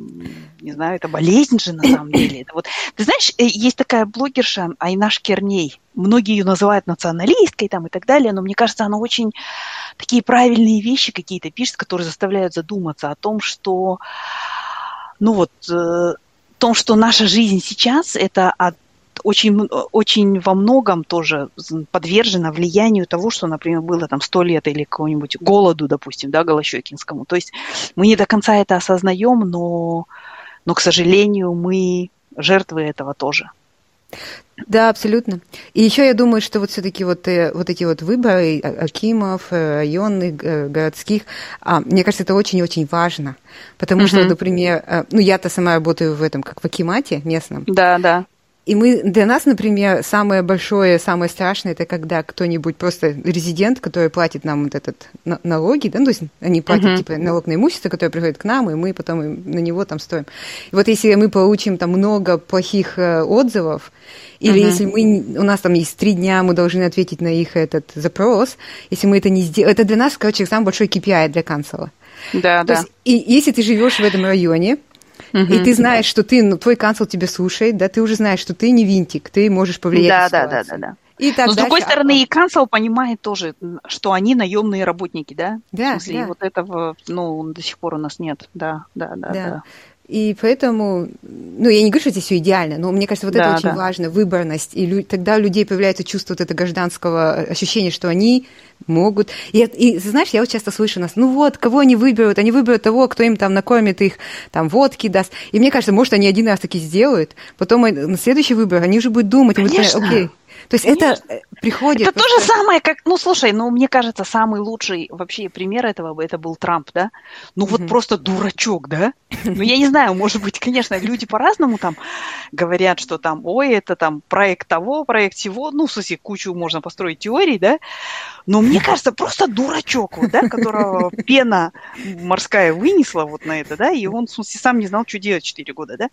не знаю, это болезнь же на самом деле. Это вот, ты знаешь, есть такая блогерша Айнаш Керней. Многие ее называют националисткой там и так далее, но мне кажется, она очень такие правильные вещи какие-то пишет, которые заставляют задуматься о том, что, ну вот, о том, что наша жизнь сейчас, это от, очень, очень во многом тоже подвержена влиянию того, что, например, было там сто лет или какому-нибудь голоду, допустим, да, голощёкинскому. То есть мы не до конца это осознаем, но, но, к сожалению, мы жертвы этого тоже. Да, абсолютно. И еще я думаю, что вот все-таки вот, вот эти вот выборы акимов, районных, городских, мне кажется, это очень-очень важно. Потому uh-huh. что, например, ну я-то сама работаю в этом, как в акимате местном. Да, да. И мы, для нас, например, самое большое, самое страшное, это когда кто-нибудь просто резидент, который платит нам вот этот на- налоги, да, ну, то есть они платят, uh-huh. типа, налог на имущество, которое приходит к нам, и мы потом на него там строим. И вот если мы получим там много плохих э, отзывов, или uh-huh. если мы, у нас там есть три дня, мы должны ответить на их этот запрос, если мы это не сделаем, это для нас, короче, самый большой кей пи ай для канцела. Да, то да. Есть, и если ты живешь в этом районе, Uh-huh. и ты знаешь, что ты, ну, твой канцел тебя слушает, да, ты уже знаешь, что ты не винтик, ты можешь повлиять да, на ситуацию. Да, да, да, да. И так Но, с дальше. другой стороны, и канцел понимает тоже, что они наемные работники, да? Да, в смысле, да. И вот этого, ну, до сих пор у нас нет, да, да, да, да. да. И поэтому, ну, я не говорю, что здесь все идеально, но мне кажется, вот да, это очень да. важно, выборность, и лю- тогда у людей появляется чувство вот этого гражданского ощущения, что они могут. И, и знаешь, я вот часто слышу нас, ну вот, кого они выберут? Они выберут того, кто им там накормит их, там, водки даст. И мне кажется, может, они один раз таки сделают, потом на следующий выбор они уже будут думать, и будут говорить, окей. То есть Конечно. Это приходит... Это просто... то же самое, как... Ну, слушай, ну, мне кажется, самый лучший вообще пример этого, это был Трамп, да? Ну, mm-hmm. вот просто дурачок, да? Ну, я не знаю, может быть, конечно, люди по-разному там говорят, что там, ой, это там проект того, проект сего, ну, в смысле, кучу можно построить теорий, да? Но мне кажется, просто дурачок, вот, да, которого пена морская вынесла вот на это, да, и он, в смысле, сам не знал, что делать четыре года, да?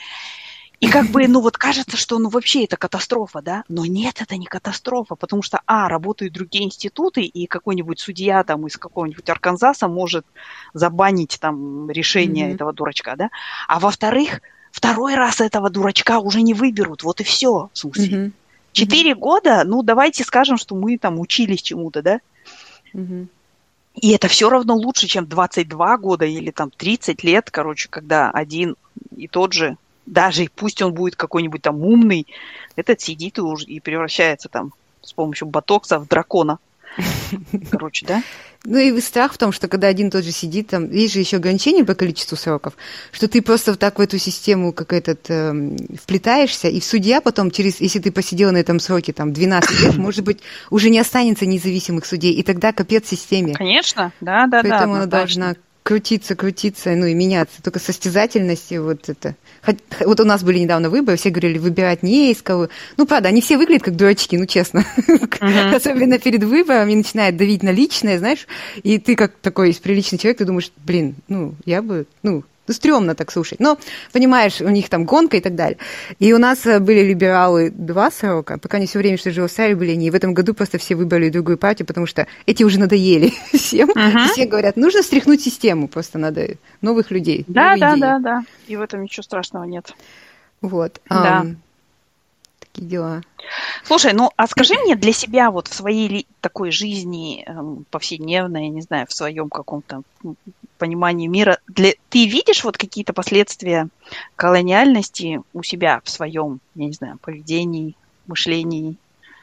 И как бы, ну вот кажется, что ну вообще это катастрофа, да? Но нет, это не катастрофа, потому что, а, работают другие институты, и какой-нибудь судья там из какого-нибудь Арканзаса может забанить там решение mm-hmm. этого дурачка, да? А во-вторых, второй раз этого дурачка уже не выберут, вот и все, в смысле. Mm-hmm. Четыре mm-hmm. года, ну давайте скажем, что мы там учились чему-то, да? Mm-hmm. И это все равно лучше, чем двадцать два года или там тридцать лет, короче, когда один и тот же, даже пусть он будет какой-нибудь там умный, этот сидит и, уже, и превращается там с помощью ботокса в дракона. Короче, да? Ну и страх в том, что когда один тот же сидит, там, есть же еще ограничения по количеству сроков, что ты просто вот так в эту систему как этот э, вплетаешься, и судья потом, через, если ты посидел на этом сроке там двенадцать лет, может быть, уже не останется независимых судей, и тогда капец системе. Конечно, да, да, да. Поэтому она должна крутиться, крутиться, ну и меняться. Только состязательностью вот это. Вот у нас были недавно выборы, все говорили, выбирать не из кого. Ну, правда, они все выглядят как дурачки, ну, честно. Uh-huh. Особенно перед выборами начинают давить на личное, знаешь, и ты как такой приличный человек, ты думаешь, блин, ну, я бы, ну, ну, стрёмно так слушать. Но, понимаешь, у них там гонка и так далее. И у нас были либералы два срока, пока они все время, что жил в Австралии, были они. И в этом году просто все выбрали другую партию, потому что эти уже надоели всем. Uh-huh. Все говорят, нужно встряхнуть систему, просто надо новых людей. Да, да, идеи. да, да. И в этом ничего страшного нет. Вот. Да. Um, такие дела. Слушай, ну, а скажи мне для себя вот в своей ли, такой жизни эм, повседневной, я не знаю, в своем каком-то понимании мира, для, ты видишь вот какие-то последствия колониальности у себя в своем, я не знаю, поведении, мышлении?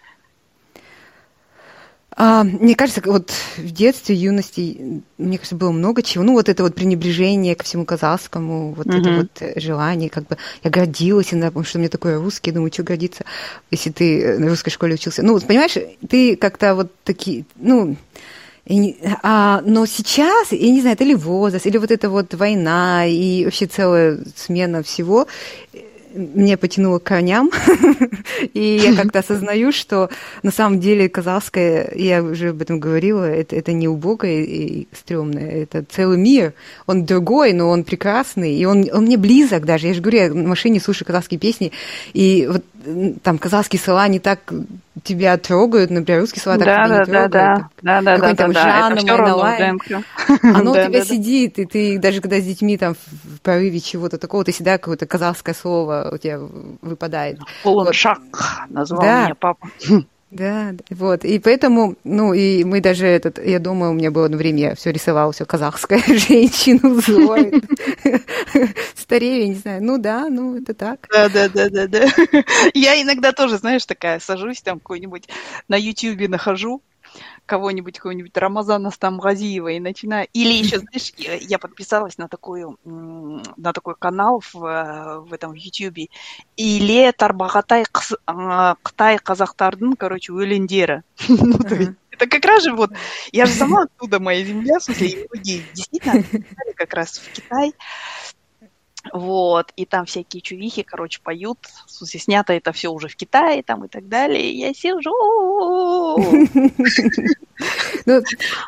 А, мне кажется, вот в детстве, юности, мне кажется, было много чего. Ну, вот это вот пренебрежение ко всему казахскому, вот uh-huh. это вот желание, как бы я гордилась иногда, потому что у меня такой русский, думаю, что гордиться, если ты на русской школе учился. Ну, понимаешь, ты как-то вот такие, ну... А, но сейчас, я не знаю, это ли возраст, или вот эта вот война и вообще целая смена всего, меня потянуло к коням, и я как-то осознаю, что на самом деле казахское, я уже об этом говорила, это, это не убогое и стрёмное, это целый мир, он другой, но он прекрасный, и он, он мне близок даже, я же говорю, я на машине слушаю казахские песни, и вот там казахские слова не так тебя трогают, например, русские слова так да, тебя да, не трогают. Да, да, да, да, там да, Жанна, Майналай. Оно да, у тебя да, сидит, да. И ты даже когда с детьми там в порыве чего-то такого, ты всегда какое-то казахское слово у тебя выпадает. Полоншак вот. Назвал да. меня папа. Да, вот, и поэтому, ну, и мы даже, этот, я думаю, у меня было одно время, я все рисовала, все казахская женщину злой, старею, я не знаю, ну да, ну это так. Да, да, да, да, да. Я иногда тоже, знаешь, такая, сажусь там какой-нибудь, на Ютьюбе нахожу, кого-нибудь, какого-нибудь Рамазана Стамгазиева и начинаю... Или еще, знаешь, я подписалась на, такую, на такой канал в, в этом Ютьюбе. Иле Тарбағатай Қытай казахтардың, короче, өлеңдері. Это как раз же вот... Я же сама оттуда, моя земля, в смысле, и многие действительно как раз в Китай. Вот, и там всякие чувихи, короче, поют. В смысле, снято это все уже в Китае там и так далее. И я сижу. Ну,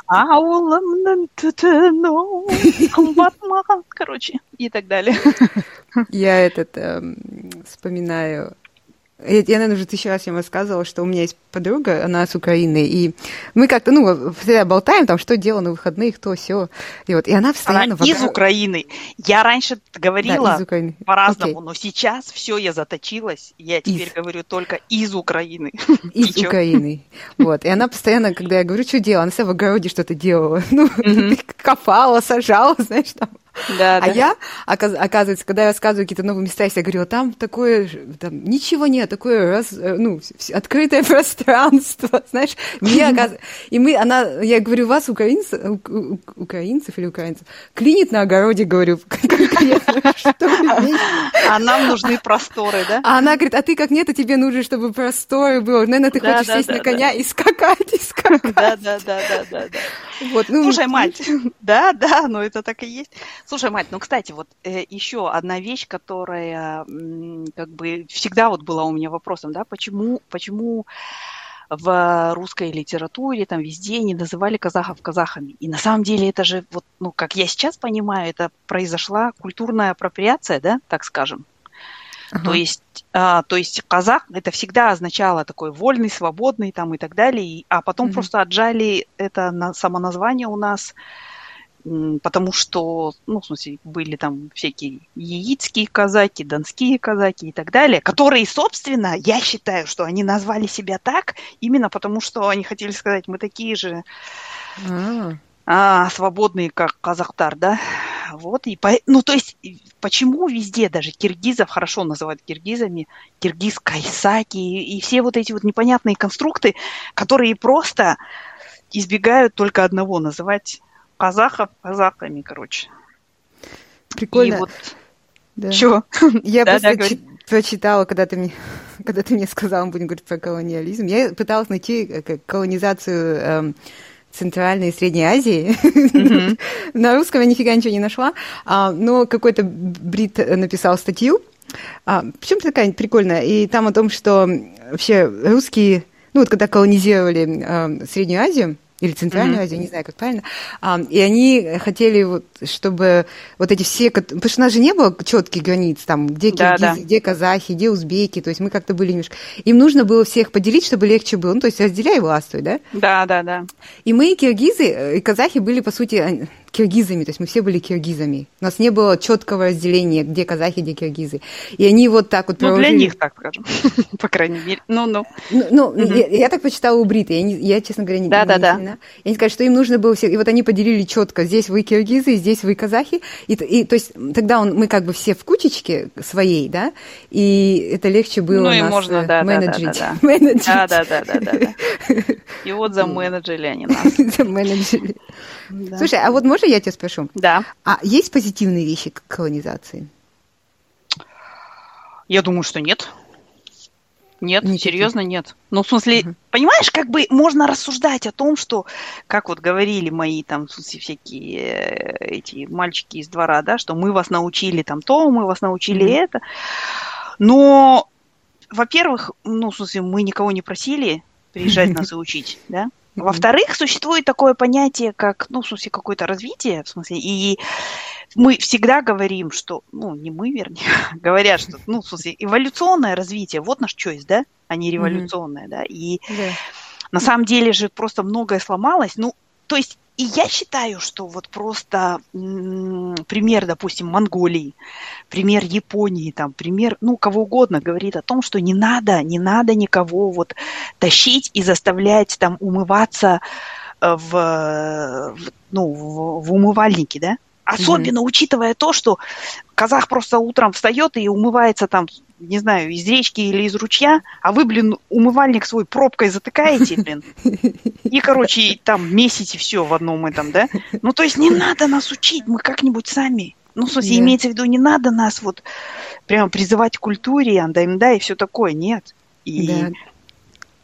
короче, и так далее. я этот эм, вспоминаю. Я, я, наверное, уже тысячу раз им рассказывала, что у меня есть подруга, она с Украины, и мы как-то, ну, всегда болтаем, там, что делала на выходных, то, все. И вот, и она постоянно... Она из вокруг... Украины. Я раньше говорила да, по-разному, okay. но сейчас все, я заточилась, я теперь из... говорю только из Украины. Из Украины. Вот, и она постоянно, когда я говорю, что делала, она себя в огороде что-то делала, ну, копала, сажала, знаешь, там. Да, а да. я, оказывается, когда я рассказываю какие-то новые места, я говорю, там такое, там ничего нет, такое раз, ну, открытое пространство, знаешь, мне оказывается, и мы, она, я говорю, вас, украинцев, украинцев или украинцев, клинит на огороде, говорю, конкретно, что а нам нужны просторы, да? А она говорит, а ты как нет, а тебе нужно, чтобы просторы было, наверное, ты хочешь сесть на коня и скакать, и скакать. Да, да, да, да, да, да. Вот, ну, слушай, мать, да, да, ну это так и есть. Слушай, мать, ну, кстати, вот э, еще одна вещь, которая м, как бы всегда вот была у меня вопросом, да, почему, почему в русской литературе там везде не называли казахов казахами. И на самом деле это же, вот, ну, как я сейчас понимаю, это произошла культурная апроприация, да, так скажем. Uh-huh. То есть, а, то есть казах это всегда означало такой вольный, свободный там и так далее, а потом uh-huh. просто отжали это на самоназвание у нас, потому что, ну, в смысле, были там всякие яицкие казаки, донские казаки и так далее, которые, собственно, я считаю, что они назвали себя так именно потому, что они хотели сказать, мы такие же uh-huh. а, свободные, как казахтар, да. Вот, и по... ну, то есть, почему везде даже киргизов хорошо называют киргизами, киргиз, кайсаки и, и все вот эти вот непонятные конструкты, которые просто избегают только одного, называть казахов казахами, короче. Прикольно. И вот... Да. Чего? Я да, просто да, ч- прочитала, когда ты, мне, когда ты мне сказала, мы будем говорить про колониализм, я пыталась найти колонизацию... Эм, Центральной и Средней Азии. Mm-hmm. На русском я нифига ничего не нашла, а, но какой-то брит написал статью, а, причем такая прикольная, и там о том, что вообще русские, ну вот когда колонизировали а, Среднюю Азию, или Центральную mm-hmm. Азию, не знаю, как правильно, а, и они хотели, вот, чтобы вот эти все... Потому что у нас же не было четких границ, там, где киргизы, да, да. где казахи, где узбеки, то есть мы как-то были немножко... Им нужно было всех поделить, чтобы легче было, ну, то есть разделяй и властвуй, да? Да, да, да. И мы, киргизы, и казахи были, по сути, киргизами, то есть мы все были киргизами. У нас не было четкого разделения, где казахи, где киргизы. И они вот так вот... Ну, проложили... для них, так скажем, по крайней мере. Ну-ну. Ну, ну mm-hmm. я, я так почитала у брита, я, не, я честно говоря, не, да, не, да, не да. сильна. И они сказали, что им нужно было все... И вот они поделили четко, здесь вы киргизы, здесь вы казахи. И, и то есть тогда он, мы как бы все в кучечке своей, да, и это легче было ну, и нас можно, да, менеджить. Да, да, менеджить. Да, да, да, да, да, да. И вот заменеджили они нас. Заменеджили. Да. Слушай, а вот можно я тебя спрошу? Да. А есть позитивные вещи к колонизации? Я думаю, что нет. Нет, Никаких. Серьезно, нет. Ну, в смысле, Uh-huh. понимаешь, как бы можно рассуждать о том, что, как вот говорили мои там, в смысле, всякие эти мальчики из двора, да, что мы вас научили там то, мы вас научили uh-huh. это. Но, во-первых, ну, в смысле, мы никого не просили приезжать нас и учить, да. Mm-hmm. Во-вторых, существует такое понятие, как, ну, в смысле, какое-то развитие, в смысле, и мы всегда говорим, что, ну, не мы, вернее, говорят, что, ну, в смысле, эволюционное развитие, вот наш choice, да, а не революционное, mm-hmm. да, и yeah. на самом деле же просто многое сломалось, ну, то есть, и я считаю, что вот просто м- пример, допустим, Монголии, пример Японии, там, пример, ну, кого угодно говорит о том, что не надо, не надо никого вот тащить и заставлять там умываться в, в, ну, в, в умывальнике, да? Особенно mm-hmm. учитывая то, что казах просто утром встает и умывается там, не знаю, из речки или из ручья, а вы, блин, умывальник свой пробкой затыкаете, блин, и, короче, там месите все в одном этом, да? Ну, то есть не надо нас учить, мы как-нибудь сами. Ну, в смысле, yeah. имеется в виду, не надо нас вот прямо призывать к культуре, анда-имда и все такое, нет. И... Да.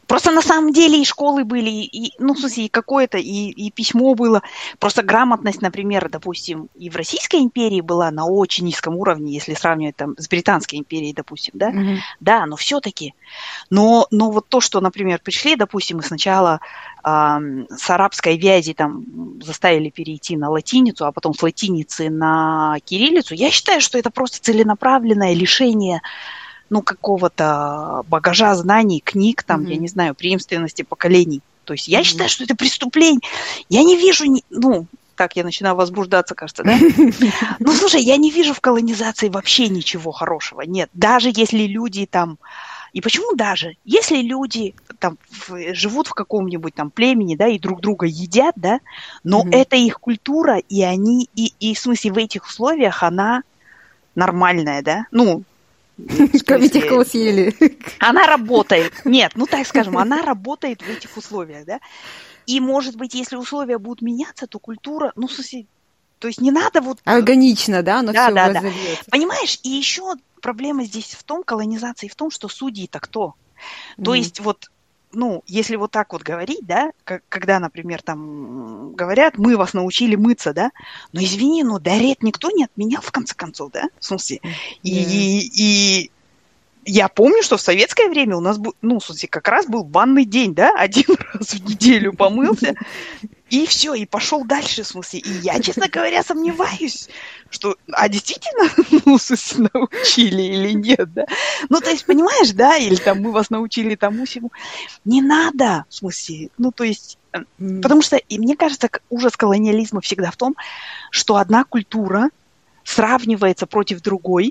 Просто на самом деле и школы были, и, ну, в смысле, и какое-то, и, и письмо было. Просто грамотность, например, допустим, и в Российской империи была на очень низком уровне, если сравнивать там с Британской империей, допустим, да? Mm-hmm. Да, но все-таки. Но, но вот то, что, например, пришли, допустим, и сначала э, с арабской вязи там заставили перейти на латиницу, а потом с латиницы на кириллицу, я считаю, что это просто целенаправленное лишение ну, какого-то багажа знаний, книг, там, mm-hmm. я не знаю, преемственности поколений. То есть я mm-hmm. считаю, что это преступление. Я не вижу, ни... ну, так я начинаю возбуждаться, кажется, да? Ну, слушай, я не вижу в колонизации вообще ничего хорошего. Нет, даже если люди там... И почему даже? Если люди там живут в каком-нибудь там племени, да, и друг друга едят, да, но mm-hmm. это их культура, и они, и, и в смысле в этих условиях она нормальная, да, ну, кроме тех, кого съели. Она работает. Нет, ну так скажем, она работает в этих условиях, да. И, может быть, если условия будут меняться, то культура, ну, в смысле, то есть не надо вот... Органично, да, но да, все да, да. Понимаешь, и еще проблема здесь в том, колонизации в том, что судьи-то кто? Mm-hmm. То есть вот, ну, если вот так вот говорить, да, как, когда, например, там говорят, мы вас научили мыться, да, но извини, но дарет никто не отменял, в конце концов, да, в смысле. Yeah. И, и я помню, что в советское время у нас был, ну, в смысле, как раз был банный день, да, один раз в неделю помылся, и все, и пошел дальше, в смысле. И я, честно говоря, сомневаюсь, что, а действительно, ну, в смысле, научили или нет, да? Ну, то есть, понимаешь, да, или там мы вас научили тому-сему. Не надо, в смысле, ну, то есть, mm. потому что, и мне кажется, ужас колониализма всегда в том, что одна культура сравнивается против другой,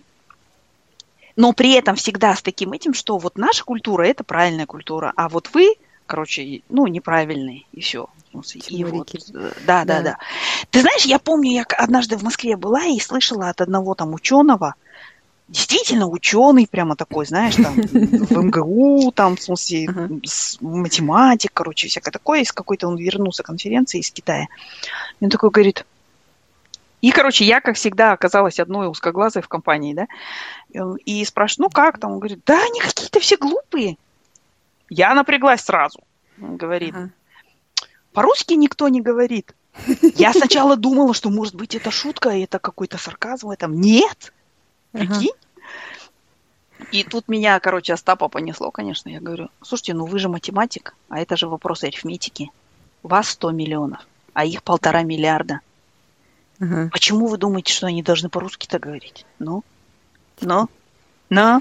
но при этом всегда с таким этим, что вот наша культура – это правильная культура, а вот вы, короче, ну, неправильные, и все. И вот, да, да, да, да. Ты знаешь, я помню, я однажды в Москве была и слышала от одного там ученого, действительно ученый, прямо такой, знаешь, там в эм гэ у, там, в смысле, uh-huh. математик, короче, всякое такое, из какой-то он вернулся конференции из Китая. И он такой говорит, и, короче, я, как всегда, оказалась одной узкоглазой в компании, да, и спрашиваю, ну как там? Он говорит, да они какие-то все глупые. Я напряглась сразу. Он говорит, uh-huh. по-русски никто не говорит. Я сначала думала, что, может быть, это шутка, это какой-то сарказм. Это... Нет. Прикинь. Uh-huh. И тут меня, короче, Остапа понесло, конечно. Я говорю, слушайте, ну вы же математик, а это же вопрос арифметики. Вас сто миллионов, а их полтора миллиарда. Uh-huh. Почему вы думаете, что они должны по-русски-то говорить? Ну? Ну? Ну?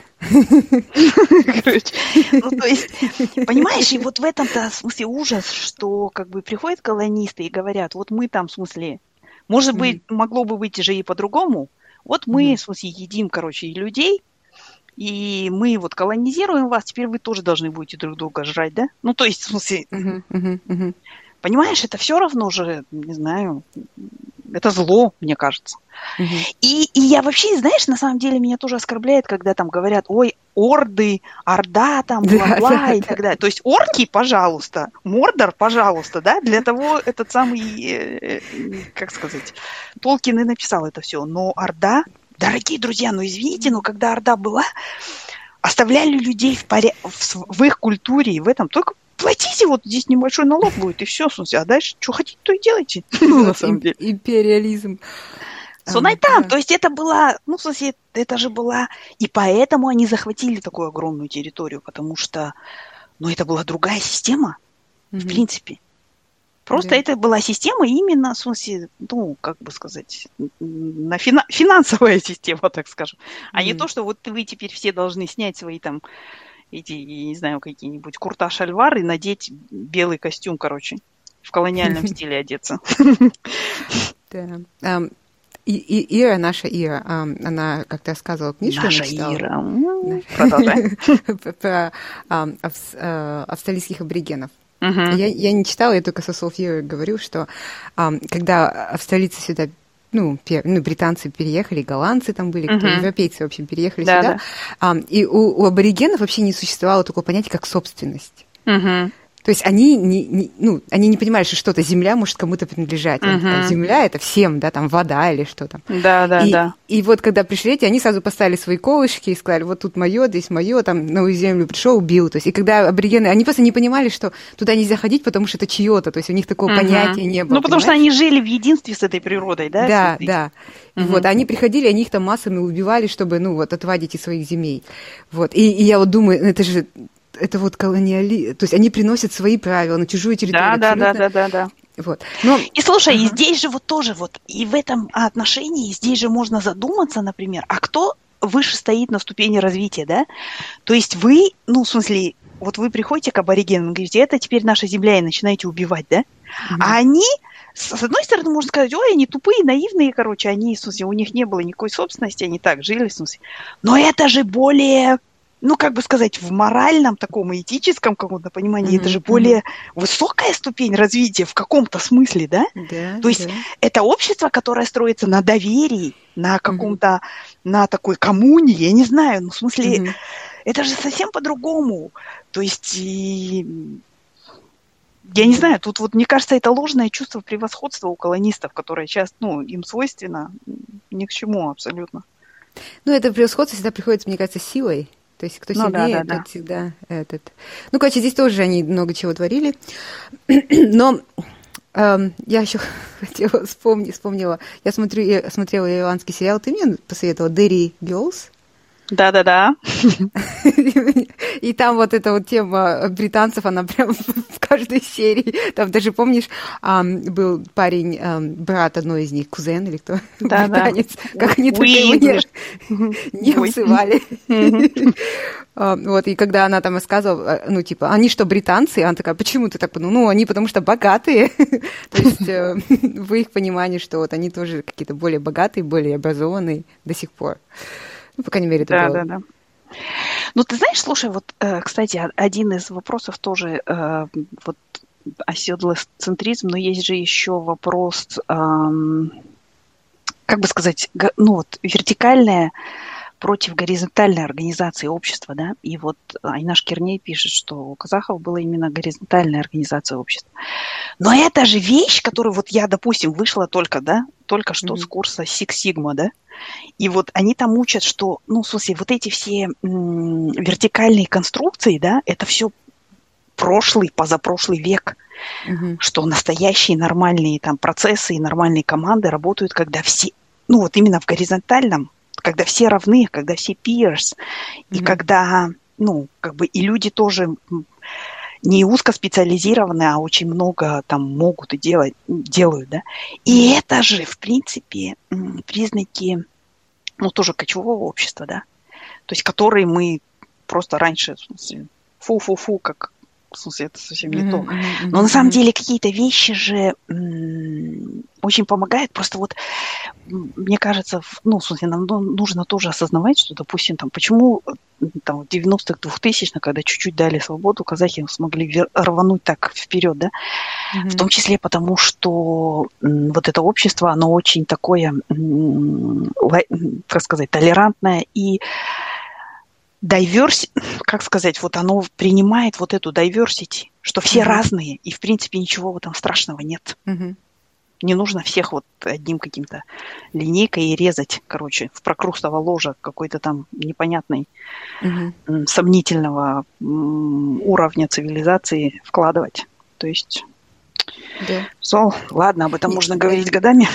Короче, ну, то есть, понимаешь, и вот в этом-то, в смысле, ужас, что, как бы, приходят колонисты и говорят, вот мы там, в смысле, может быть, могло бы быть же и по-другому, вот мы, в смысле, едим, короче, и людей, и мы вот колонизируем вас, теперь вы тоже должны будете друг друга жрать, да? Ну, то есть, в смысле, понимаешь, это все равно же, не знаю, это зло, мне кажется. Uh-huh. И, и я вообще, знаешь, на самом деле меня тоже оскорбляет, когда там говорят, ой, орды, орда, там, бла-бла да, и да, так далее. То есть орки, пожалуйста, Мордор, пожалуйста, да, для того этот самый, э, как сказать, Толкин и написал это все. Но орда, дорогие друзья, ну извините, но когда орда была, оставляли людей в, поря... в, в их культуре и в этом только платите, вот здесь небольшой налог будет, и все, а дальше что хотите, то и делайте. Ну, на самом деле. Империализм. Сунайтам, то есть это была, ну, в смысле, это же была, и поэтому они захватили такую огромную территорию, потому что, ну, это была другая система, в принципе. Просто это была система именно, в смысле, ну, как бы сказать, на фина- финансовая система, так скажем, а не то, что вот вы теперь все должны снять свои там эти, я не знаю, какие-нибудь курта-шальвар и надеть белый костюм, короче, в колониальном стиле одеться. Да. И, и Ира, наша Ира, она как-то рассказывала книжку. Наша Ира. Продолжай. Про австралийских аборигенов. Я, я не читала, я только со слов Иры говорю, что когда австралийцы сюда, ну, пер, ну, британцы переехали, голландцы там были, кто, uh-huh. европейцы, в общем, переехали да, сюда, да. и у, у аборигенов вообще не существовало такого понятия, как собственность. Uh-huh. То есть они не, не, ну, они не понимали, что что-то земля может кому-то принадлежать. Uh-huh. Там, земля это всем, да, там вода или что там. Да, да, и, да. И вот когда пришли эти, они сразу поставили свои колышки и сказали, вот тут мое, здесь мое, там на землю пришел, убил. То есть, и когда аборигены, они просто не понимали, что туда нельзя ходить, потому что это чье-то. То есть у них такого uh-huh. понятия не было. Ну, потому понимаешь? что они жили в единстве с этой природой, да? Да, да. И uh-huh. вот они приходили, они их там массами убивали, чтобы, ну, вот, отвадить из своих земель. Вот. И, и я вот думаю, это же... Это вот колониали... То есть они приносят свои правила на чужую территорию. Да, да, да, да, да. Вот. Но... И слушай, ага. и здесь же вот тоже вот, и в этом отношении здесь же можно задуматься, например, а кто выше стоит на ступени развития, да? То есть вы, ну, в смысле, вот вы приходите к аборигенам, говорите, это теперь наша земля, и начинаете убивать, да? Mm-hmm. А они, с одной стороны, можно сказать, ой, они тупые, наивные, короче, они, в смысле, у них не было никакой собственности, они так жили, в смысле. Но это же более... Ну, как бы сказать, в моральном таком и этическом каком-то понимании, mm-hmm. это же более mm-hmm. высокая ступень развития в каком-то смысле, да? Yeah, То есть yeah. это общество, которое строится на доверии, на каком-то, mm-hmm. на такой коммуне, я не знаю, ну, в смысле, mm-hmm. это же совсем по-другому. То есть, и... я mm-hmm. не знаю, тут вот, мне кажется, это ложное чувство превосходства у колонистов, которое сейчас, ну, им свойственно, ни к чему абсолютно. Ну, это превосходство всегда приходит, мне кажется, силой. То есть кто сильнее, ну, да, да, тот да. всегда этот. Ну, короче, здесь тоже они много чего творили. Но эм, я еще хотела вспомнить, вспомнила. Я смотрю, я смотрела ирландский сериал. Ты мне посоветовала Derry Girls? Да-да-да. И там вот эта вот тема британцев, она прям в каждой серии. Там даже, помнишь, был парень, брат одной из них, кузен или кто? Да, британец. Да. Как они только его не называли. Вот, и когда она там рассказывала, ну, типа, они что, британцы? И она такая, почему ты так подумала? Ну, они потому что богатые. То есть в их понимании, что вот они тоже какие-то более богатые, более образованные до сих пор. Ну, по крайней мере, это да, было. Да, да, да. Ну, ты знаешь, слушай, вот, э, кстати, один из вопросов тоже э, вот оседлоцентризм, но есть же еще вопрос, э, как бы сказать, го, ну, вот, вертикальная против горизонтальной организации общества, да, и вот Айнаш Керней пишет, что у казахов была именно горизонтальная организация общества. Но это же вещь, которую вот я, допустим, вышла только, да, только что mm-hmm. с курса Six Sigma, да, и вот они там учат, что, ну, в смысле, вот эти все м- вертикальные конструкции, да, это все прошлый, позапрошлый век, mm-hmm. что настоящие нормальные там процессы и нормальные команды работают, когда все, ну, вот именно в горизонтальном, когда все равны, когда все peers, mm-hmm. и когда, ну, как бы и люди тоже не узкоспециализированные, а очень много там могут и делать, делают, да. И mm-hmm. это же, в принципе, признаки, ну, тоже кочевого общества, да, то есть которые мы просто раньше, в смысле, фу-фу-фу, как, в смысле, это совсем не mm-hmm. то. Mm-hmm. Но на самом деле какие-то вещи же м- очень помогают. Просто вот, мне кажется, ну, в смысле, нам нужно тоже осознавать, что, допустим, там, почему там, в девяностых, двухтысячных, когда чуть-чуть дали свободу, казахи смогли рвануть так вперед, да, mm-hmm. в том числе потому, что м, вот это общество, оно очень такое, м, как сказать, толерантное и diversity, как сказать, вот оно принимает вот эту diversity, что все mm-hmm. разные, и, в принципе, ничего в этом страшного нет. Mm-hmm. Не нужно всех вот одним каким-то линейкой и резать, короче, в прокрустово ложа какой-то там непонятной, mm-hmm. сомнительного уровня цивилизации вкладывать. То есть, yeah. so, ладно, об этом yeah. можно говорить годами.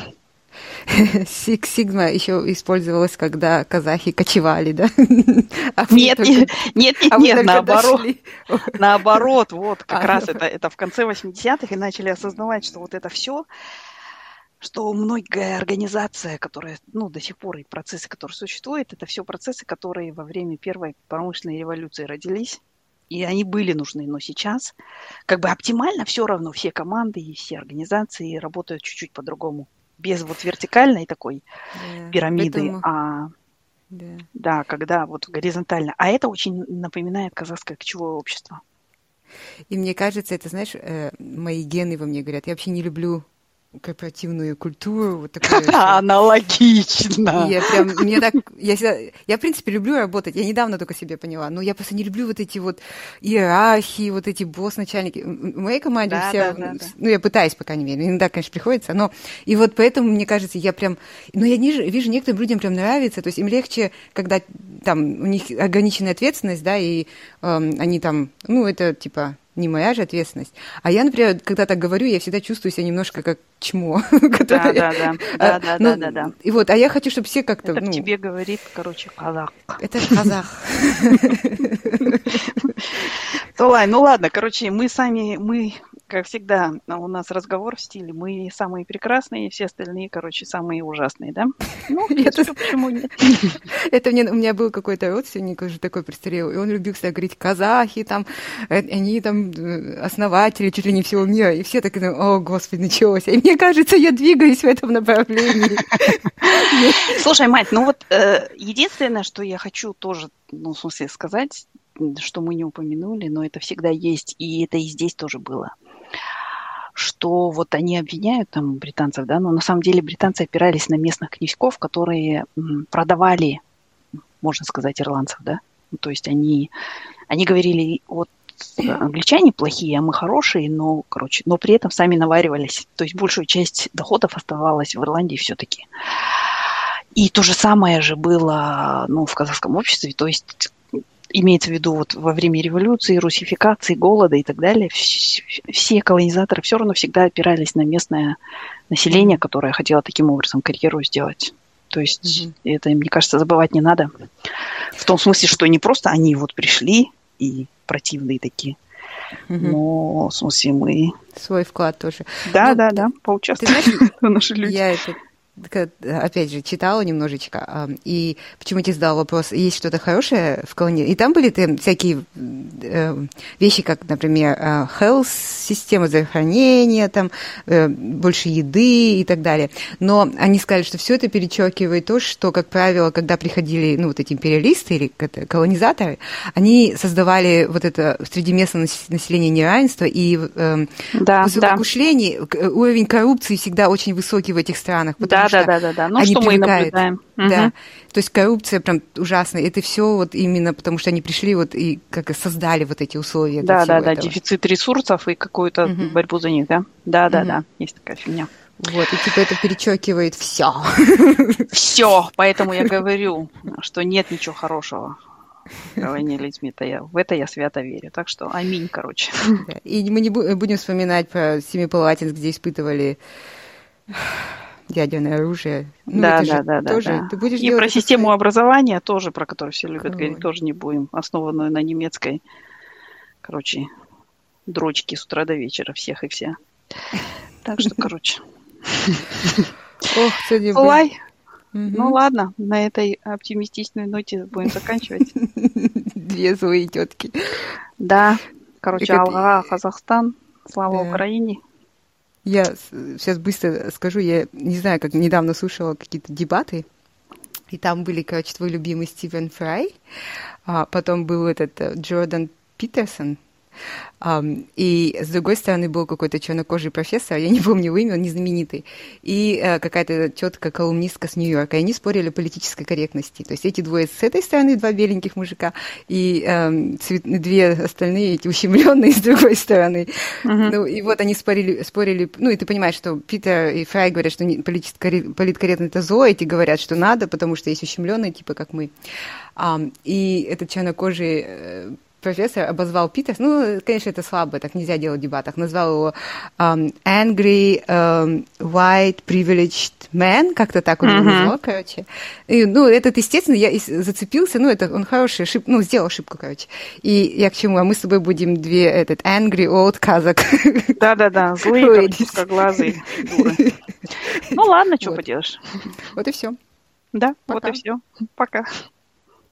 Six Sigma еще использовалась, когда казахи кочевали, да? А нет, только... нет, нет, нет, а нет, наоборот. Наоборот, вот, как а, раз это, это в конце восьмидесятых и начали осознавать, что вот это все, что многие организации, которые, ну, до сих пор и процессы, которые существуют, это все процессы, которые во время Первой промышленной революции родились, и они были нужны, но сейчас как бы оптимально все равно все команды и все организации работают чуть-чуть по-другому. Без вот вертикальной такой yeah, пирамиды, поэтому... а yeah. да, когда вот горизонтально. А это очень напоминает казахское кочевое общество. И мне кажется, это, знаешь, мои гены во мне говорят, я вообще не люблю корпоративную культуру, вот такое. Аналогично. И я прям, мне так, я, всегда, я, в принципе, люблю работать, я недавно только себе поняла, но я просто не люблю вот эти вот иерархии, вот эти босс-начальники. В моей команде да, все, да, да, да. ну, я пытаюсь, по крайней мере, иногда, конечно, приходится, но, и вот поэтому, мне кажется, я прям, ну, я не, вижу, некоторым людям прям нравится, то есть им легче, когда там у них ограниченная ответственность, да, и эм, они там, ну, это, типа, не моя же ответственность. А я, например, когда так говорю, я всегда чувствую себя немножко как чмо. Да, да, да, да, да, да, да, да. И вот, а я хочу, чтобы все как-то... Это ну, в тебе говорит, короче, казах. Это казах. Толай, ну ладно, короче, мы сами, мы, как всегда, у нас разговор в стиле, мы самые прекрасные, все остальные, короче, самые ужасные, да? Ну, это... почему нет? Это мне, у меня был какой-то родственник уже такой престарелый, и он любил всегда говорить казахи, там, они там основатели чуть ли не всего мира, и все так, о, господи, началось. И мне кажется, я двигаюсь в этом направлении. Слушай, мать, ну вот единственное, что я хочу тоже, ну, в смысле, сказать, что мы не упомянули, но это всегда есть, и это и здесь тоже было, что вот они обвиняют там британцев, да, но на самом деле британцы опирались на местных князьков, которые продавали, можно сказать, ирландцев, да, то есть они, они говорили, вот англичане плохие, а мы хорошие, но, короче, но при этом сами наваривались, то есть большую часть доходов оставалась в Ирландии все-таки. И то же самое же было, ну, в казахском обществе, то есть имеется в виду вот во время революции, русификации, голода и так далее, все колонизаторы все равно всегда опирались на местное население, которое хотело таким образом карьеру сделать. То есть mm-hmm. это, мне кажется, забывать не надо. В том смысле, что не просто они вот пришли и противные такие, mm-hmm. но в смысле мы... Свой вклад тоже. Да, ну, да, да, поучаствовать наши люди. Я это... опять же, читала немножечко, и почему я тебе задала вопрос, есть что-то хорошее в колонии? И там были там всякие вещи, как, например, health, система здравоохранения, там больше еды и так далее. Но они сказали, что все это перечеркивает то, что, как правило, когда приходили, ну, вот эти империалисты или колонизаторы, они создавали вот это среди местного населения неравенство, и да, в злоумышлении да. уровень коррупции всегда очень высокий в этих странах, потому да, да, да, да, да. Ну, что мы и наблюдаем. Да. Угу. То есть коррупция прям ужасная. Это все вот именно потому, что они пришли вот и как создали вот эти условия. Да, да, да. Этого. Дефицит ресурсов и какую-то угу. борьбу за них, да? Да, да, угу. да. Есть такая фигня. Вот, и типа это перечеркивает все. Все. Поэтому я говорю, что нет ничего хорошего в войне людьми-то. Я, в это я свято верю. Так что аминь, короче. Да. И мы не будем вспоминать про Семипалатинск, где испытывали... ядерное оружие. Ну, да, это да, же да, тоже, да. Ты будешь и про систему свои... образования тоже, про которую все любят Кровь. говорить, тоже не будем. Основанную на немецкой, короче, дрочке с утра до вечера всех и вся. Так что, короче. Ох, сегодня... Лай. Ну ладно, на этой оптимистичной ноте будем заканчивать. Две злые тетки. Да. Короче, Алга, Казахстан. Слава Украине. Я сейчас быстро скажу, я не знаю, как недавно слушала какие-то дебаты, и там были, короче, твой любимый Стивен Фрай, а потом был этот Джордан Питерсон, Um, и с другой стороны был какой-то чернокожий профессор, я не помню имя, он незнаменитый, и uh, какая-то тетка колумнистка с Нью-Йорка, и они спорили о политической корректности. То есть эти двое с этой стороны, два беленьких мужика, и um, цвет... две остальные, эти ущемленные с другой стороны. Uh-huh. Ну, и вот они спорили, спорили, ну, и ты понимаешь, что Питер и Фрай говорят, что политкорректно это зло, эти говорят, что надо, потому что есть ущемленные, типа как мы. Um, и этот чернокожий профессор обозвал Питерс, ну, конечно, это слабо, так нельзя делать в дебатах, назвал его um, angry, um, white, privileged man, как-то так он его uh-huh. назвал, короче. И, ну, этот, естественно, я зацепился, ну, это он хороший, ошиб... ну, сделал ошибку, короче. И я к чему? А мы с тобой будем две, этот, angry old казак. Да-да-да, злые, узкоглазые дуры. Ну, ладно, что поделаешь. Вот и все. Да, вот и все. Пока.